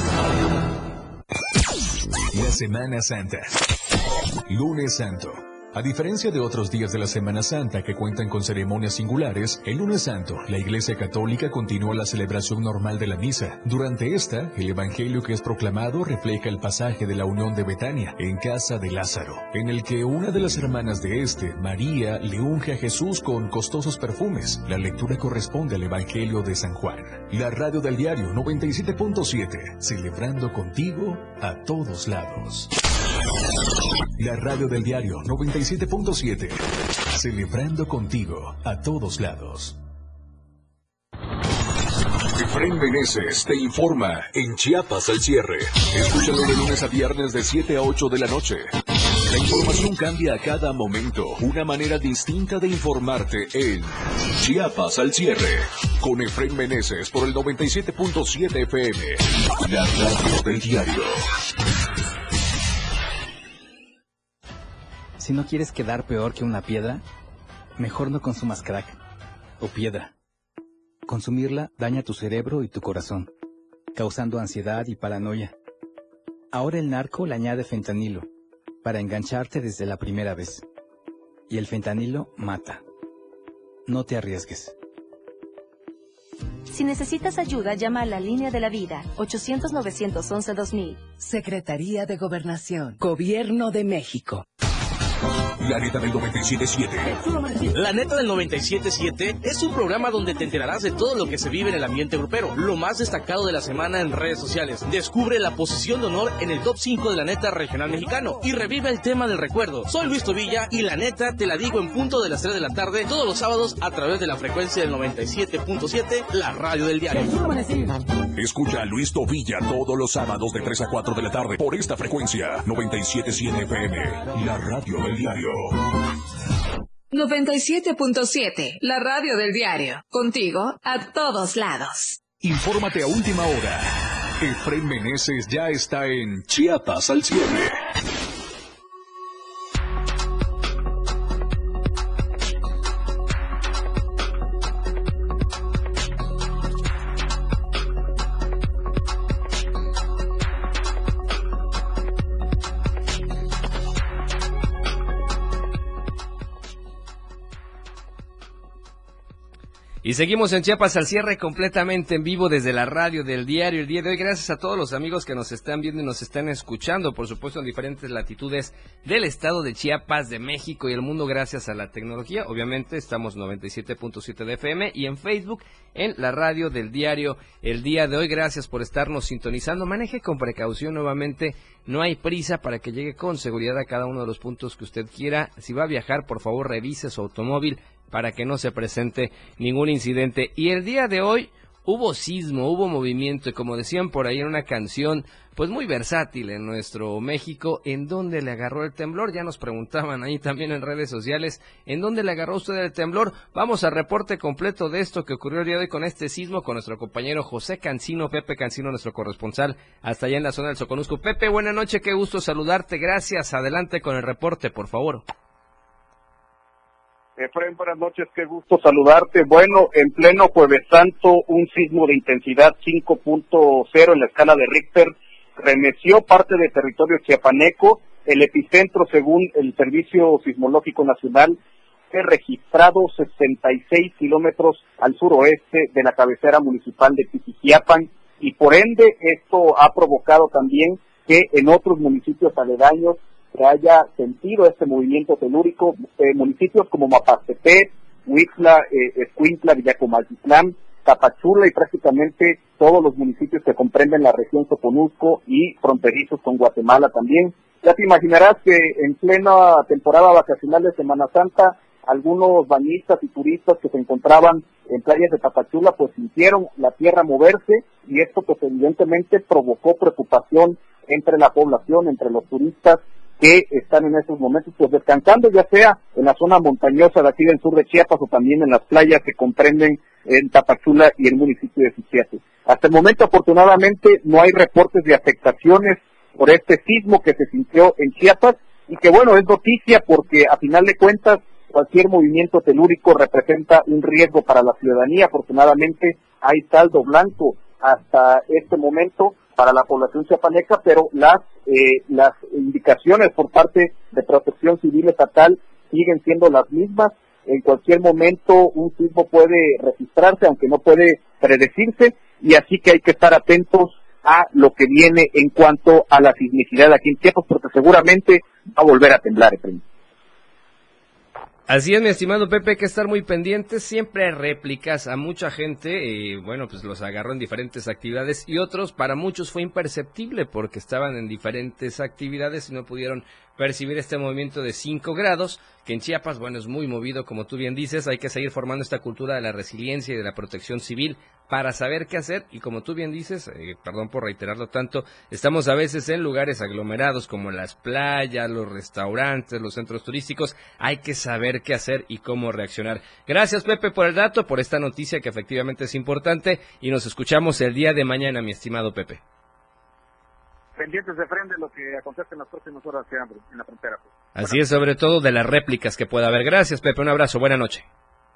Speaker 2: La Semana Santa. Lunes Santo. A diferencia de otros días de la Semana Santa que cuentan con ceremonias singulares, el Lunes Santo, la Iglesia Católica continúa la celebración normal de la misa. Durante esta, el Evangelio que es proclamado refleja el pasaje de la unión de Betania, en casa de Lázaro, en el que una de las hermanas de este, María, le unge a Jesús con costosos perfumes. La lectura corresponde al Evangelio de San Juan. La radio del diario noventa y siete punto siete, celebrando contigo a todos lados. La radio del diario noventa y siete punto siete, celebrando contigo a todos lados. Efraín Meneses te informa en Chiapas al cierre. Escúchalo de lunes a viernes de siete a ocho de la noche. La información cambia a cada momento. Una manera distinta de informarte en Chiapas al cierre. Con Efraín Meneses por el noventa y siete punto siete F M. La radio del diario.
Speaker 19: Si no quieres quedar peor que una piedra, mejor no consumas crack o piedra. Consumirla daña tu cerebro y tu corazón, causando ansiedad y paranoia. Ahora el narco le añade fentanilo, para engancharte desde la primera vez. Y el fentanilo mata. No te arriesgues.
Speaker 9: Si necesitas ayuda, llama a la Línea de la Vida, ochocientos, novecientos once, dos mil.
Speaker 14: Secretaría de Gobernación, Gobierno de México.
Speaker 2: La neta del noventa y siete punto siete.
Speaker 20: La neta del noventa y siete punto siete es un programa donde te enterarás de todo lo que se vive en el ambiente grupero, lo más destacado de la semana en redes sociales. Descubre la posición de honor en el top cinco de la neta regional mexicano y revive el tema del recuerdo. Soy Luis Tobilla y la neta te la digo en punto de las tres de la tarde todos los sábados a través de la frecuencia del noventa y siete punto siete, la radio del diario.
Speaker 2: Escucha a Luis Tobilla todos los sábados de tres a cuatro de la tarde por esta frecuencia noventa y siete punto siete F M, la radio del diario.
Speaker 15: noventa y siete punto siete, la radio del diario. Contigo a todos lados.
Speaker 2: Infórmate a última hora. Efraín Meneses ya está en Chiapas al cierre.
Speaker 4: Y seguimos en Chiapas al cierre completamente en vivo desde la radio del diario el día de hoy. Gracias a todos los amigos que nos están viendo y nos están escuchando, por supuesto en diferentes latitudes del estado de Chiapas, de México y el mundo gracias a la tecnología. Obviamente estamos noventa y siete punto siete de F M y en Facebook en la radio del diario el día de hoy. Gracias por estarnos sintonizando. Maneje con precaución nuevamente. No hay prisa para que llegue con seguridad a cada uno de los puntos que usted quiera. Si va a viajar, por favor revise su automóvil para que no se presente ningún incidente. Y el día de hoy hubo sismo, hubo movimiento, y como decían por ahí en una canción, pues muy versátil en nuestro México, ¿en dónde le agarró el temblor? Ya nos preguntaban ahí también en redes sociales, ¿en dónde le agarró usted el temblor? Vamos al reporte completo de esto que ocurrió el día de hoy con este sismo, con nuestro compañero José Cancino, Pepe Cancino, nuestro corresponsal, hasta allá en la zona del Soconusco. Pepe, buena noche, qué gusto saludarte, gracias, adelante con el reporte, por favor.
Speaker 21: Efraín, buenas noches, qué gusto saludarte. Bueno, en pleno Jueves Santo, un sismo de intensidad cinco punto cero en la escala de Richter remeció parte del territorio chiapaneco. El epicentro, según el Servicio Sismológico Nacional, fue registrado sesenta y seis kilómetros al suroeste de la cabecera municipal de Tijiquiapan, y por ende esto ha provocado también que en otros municipios aledaños se haya sentido este movimiento telúrico. Eh, municipios como Mapastepec, Huixla, eh, Escuintla, Villacomaltitlán, Tapachula y prácticamente todos los municipios que comprenden la región Soconusco y fronterizos con Guatemala también. Ya te imaginarás que en plena temporada vacacional de Semana Santa, algunos bañistas y turistas que se encontraban en playas de Tapachula pues sintieron la tierra moverse, y esto pues evidentemente provocó preocupación entre la población, entre los turistas que están en estos momentos pues descansando, ya sea en la zona montañosa de aquí del sur de Chiapas o también en las playas que comprenden en Tapachula y el municipio de Siquiate. Hasta el momento, afortunadamente, no hay reportes de afectaciones por este sismo que se sintió en Chiapas, y que bueno, es noticia porque a final de cuentas cualquier movimiento telúrico representa un riesgo para la ciudadanía. Afortunadamente hay saldo blanco hasta este momento para la población chiapaneca, pero las eh, las indicaciones por parte de Protección Civil Estatal siguen siendo las mismas. En cualquier momento un sismo puede registrarse, aunque no puede predecirse, y así que hay que estar atentos a lo que viene en cuanto a la sismicidad aquí en Chiapas, porque seguramente va a volver a temblar, Efraín.
Speaker 4: Así es, mi estimado Pepe, hay que estar muy pendientes, siempre hay réplicas a mucha gente, y bueno, pues los agarró en diferentes actividades, y otros, para muchos fue imperceptible porque estaban en diferentes actividades y no pudieron percibir este movimiento de cinco grados, que en Chiapas, bueno, es muy movido, como tú bien dices. Hay que seguir formando esta cultura de la resiliencia y de la protección civil para saber qué hacer, y como tú bien dices, eh, perdón por reiterarlo tanto, estamos a veces en lugares aglomerados como las playas, los restaurantes, los centros turísticos. Hay que saber qué hacer y cómo reaccionar. Gracias, Pepe, por el dato, por esta noticia que efectivamente es importante, y nos escuchamos el día de mañana, mi estimado Pepe.
Speaker 21: Pendientes de frente lo que acontece en las próximas horas en la frontera. Pues.
Speaker 4: Así es, sobre todo de las réplicas que pueda haber. Gracias, Pepe, un abrazo, buena noche.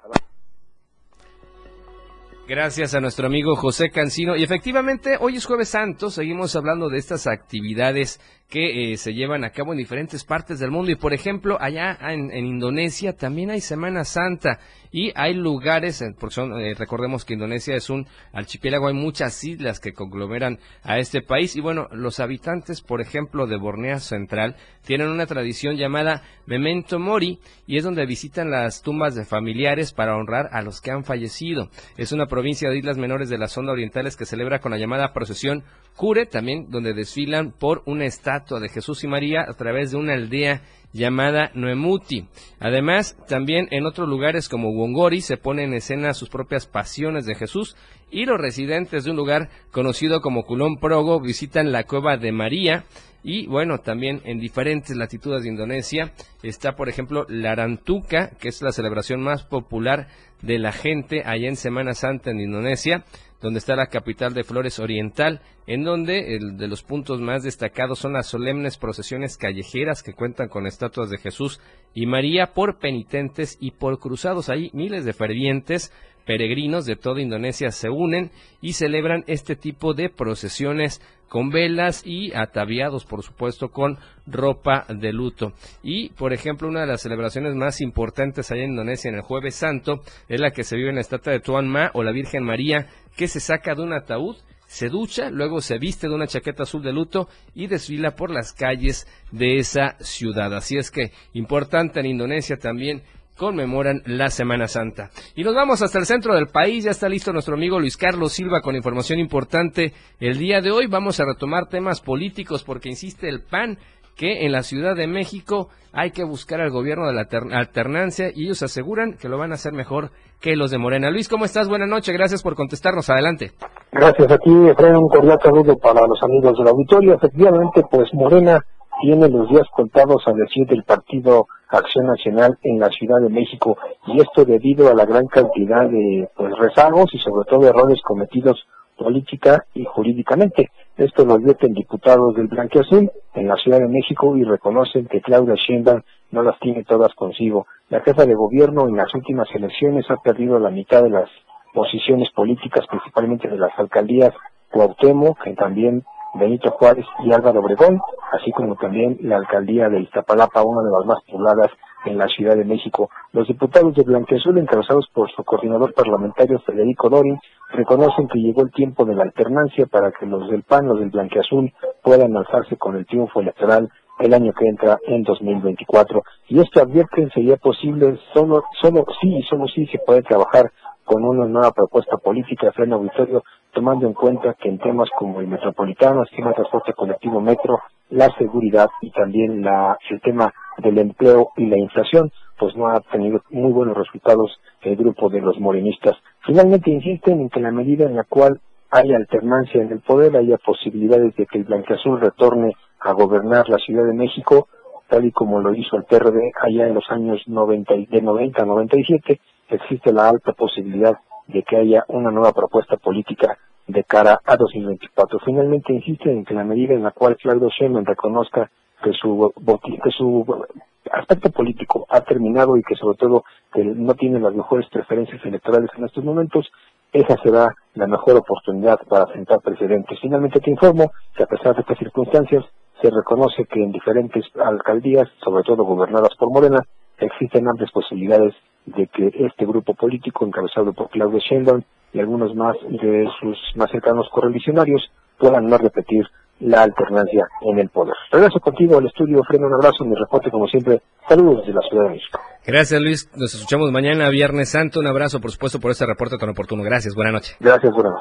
Speaker 4: Gracias a nuestro amigo José Cancino. Y efectivamente, hoy es Jueves Santo, seguimos hablando de estas actividades que eh, se llevan a cabo en diferentes partes del mundo. Y por ejemplo, allá en, en Indonesia también hay Semana Santa y hay lugares, porque son, eh, recordemos que Indonesia es un archipiélago, hay muchas islas que conglomeran a este país. Y bueno, los habitantes, por ejemplo, de Borneo Central, tienen una tradición llamada Memento Mori, y es donde visitan las tumbas de familiares para honrar a los que han fallecido. Es una provincia de islas menores de la zona orientales que celebra con la llamada procesión Cure, también donde desfilan por una estatua de Jesús y María a través de una aldea llamada Noemuti. Además, también en otros lugares como Wongori se ponen en escena sus propias pasiones de Jesús, y los residentes de un lugar conocido como Kulon Progo visitan la cueva de María. Y bueno, también en diferentes latitudes de Indonesia está, por ejemplo, Larantuka, que es la celebración más popular de la gente allá en Semana Santa en Indonesia, donde está la capital de Flores Oriental, en donde el de los puntos más destacados son las solemnes procesiones callejeras que cuentan con estatuas de Jesús y María por penitentes y por cruzados. Ahí miles de fervientes peregrinos de toda Indonesia se unen y celebran este tipo de procesiones con velas y ataviados, por supuesto, con ropa de luto. Y, por ejemplo, una de las celebraciones más importantes allá en Indonesia en el Jueves Santo es la que se vive en la estatua de Tuan Ma, o la Virgen María, que se saca de un ataúd, se ducha, luego se viste de una chaqueta azul de luto y desfila por las calles de esa ciudad. Así es que, importante en Indonesia también, conmemoran la Semana Santa. Y nos vamos hasta el centro del país. Ya está listo nuestro amigo Luis Carlos Silva con información importante el día de hoy. Vamos a retomar temas políticos porque insiste el P A N que en la Ciudad de México hay que buscar al gobierno de la alternancia, y ellos aseguran que lo van a hacer mejor que los de Morena. Luis, ¿cómo estás? Buenas noches, gracias por contestarnos. Adelante.
Speaker 1: Gracias a ti, Efraín, un cordial saludo para los amigos del auditorio. Efectivamente, pues Morena tiene los días contados a decir del Partido Acción Nacional en la Ciudad de México, y esto debido a la gran cantidad de pues rezagos y sobre todo errores cometidos política y jurídicamente. Esto lo advierten diputados del Blanquiazul en la Ciudad de México y reconocen que Claudia Sheinbaum no las tiene todas consigo. La jefa de gobierno en las últimas elecciones ha perdido la mitad de las posiciones políticas, principalmente de las alcaldías Cuauhtémoc, que también Benito Juárez y Álvaro Obregón, así como también la alcaldía de Iztapalapa, una de las más pobladas en la Ciudad de México. Los diputados de Blanquiazul, encabezados por su coordinador parlamentario Federico Dorin, reconocen que llegó el tiempo de la alternancia para que los del P A N, los del Blanquiazul, puedan alzarse con el triunfo electoral el año que entra, en dos mil veinticuatro. Y esto, advierten, sería posible solo, solo sí y solo sí se puede trabajar con una nueva propuesta política frente al auditorio, tomando en cuenta que en temas como el metropolitano, el sistema de transporte colectivo metro, la seguridad y también la, el tema del empleo y la inflación, pues no ha tenido muy buenos resultados el grupo de los morenistas. Finalmente insisten en que en la medida en la cual haya alternancia en el poder, haya posibilidades de que el Blanquiazul retorne a gobernar la Ciudad de México, tal y como lo hizo el P R D allá en los años noventa, de noventa a noventa y siete, existe la alta posibilidad de que haya una nueva propuesta política de cara a dos mil veinticuatro. Finalmente insisten en que en la medida en la cual Claudia Sheinbaum reconozca que su que su aspecto político ha terminado y que sobre todo que no tiene las mejores preferencias electorales en estos momentos, esa será la mejor oportunidad para sentar precedentes. Finalmente te informo que a pesar de estas circunstancias, se reconoce que en diferentes alcaldías, sobre todo gobernadas por Morena, existen amplias posibilidades de que este grupo político, encabezado por Claudia Sheinbaum y algunos más de sus más cercanos correligionarios, puedan no repetir la alternancia en el poder. Regreso contigo al estudio, Freno, un abrazo, mi reporte como siempre, saludos desde la Ciudad de México.
Speaker 4: Gracias, Luis, nos escuchamos mañana, Viernes Santo, un abrazo por supuesto por este reporte tan oportuno, gracias, buenas noches.
Speaker 1: Gracias, buenas noches.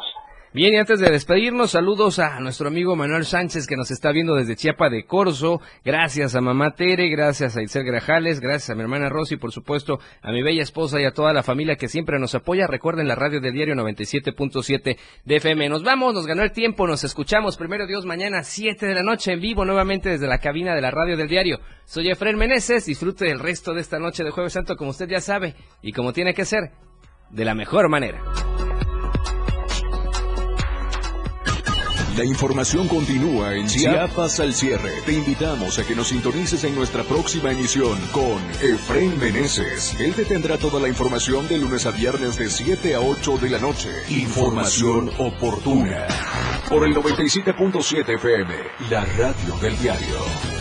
Speaker 4: Bien, y antes de despedirnos, saludos a nuestro amigo Manuel Sánchez, que nos está viendo desde Chiapa de Corzo. Gracias a mamá Tere, gracias a Itzel Grajales, gracias a mi hermana Rosy, por supuesto, a mi bella esposa y a toda la familia que siempre nos apoya. Recuerden la radio del diario noventa y siete punto siete de F M. Nos vamos, nos ganó el tiempo, nos escuchamos primero Dios mañana siete de la noche en vivo nuevamente desde la cabina de la radio del diario. Soy Efraín Meneses, disfrute del resto de esta noche de Jueves Santo como usted ya sabe y como tiene que ser, de la mejor manera.
Speaker 2: La información continúa en Chiapas al cierre. Te invitamos a que nos sintonices en nuestra próxima emisión con Efraín Meneses. Él te tendrá toda la información de lunes a viernes de siete a ocho de la noche. Información oportuna. Por el noventa y siete punto siete F M, la radio del diario.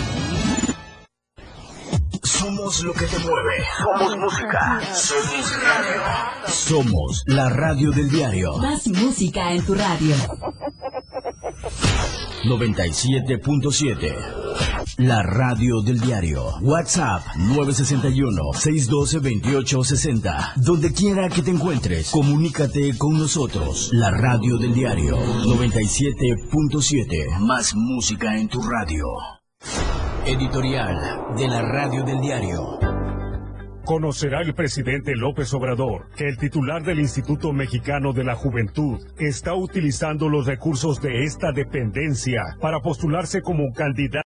Speaker 5: Somos lo que te mueve. Somos música. Somos radio. Somos la radio del diario.
Speaker 14: Más música en tu radio.
Speaker 5: noventa y siete punto siete. La radio del diario. WhatsApp nueve seis uno, seis uno dos, dos ocho seis cero. Donde quiera que te encuentres, comunícate con nosotros. La radio del diario. noventa y siete punto siete. Más música en tu radio. Editorial de la radio del diario.
Speaker 22: Conocerá el presidente López Obrador que el titular del Instituto Mexicano de la Juventud está utilizando los recursos de esta dependencia para postularse como candidato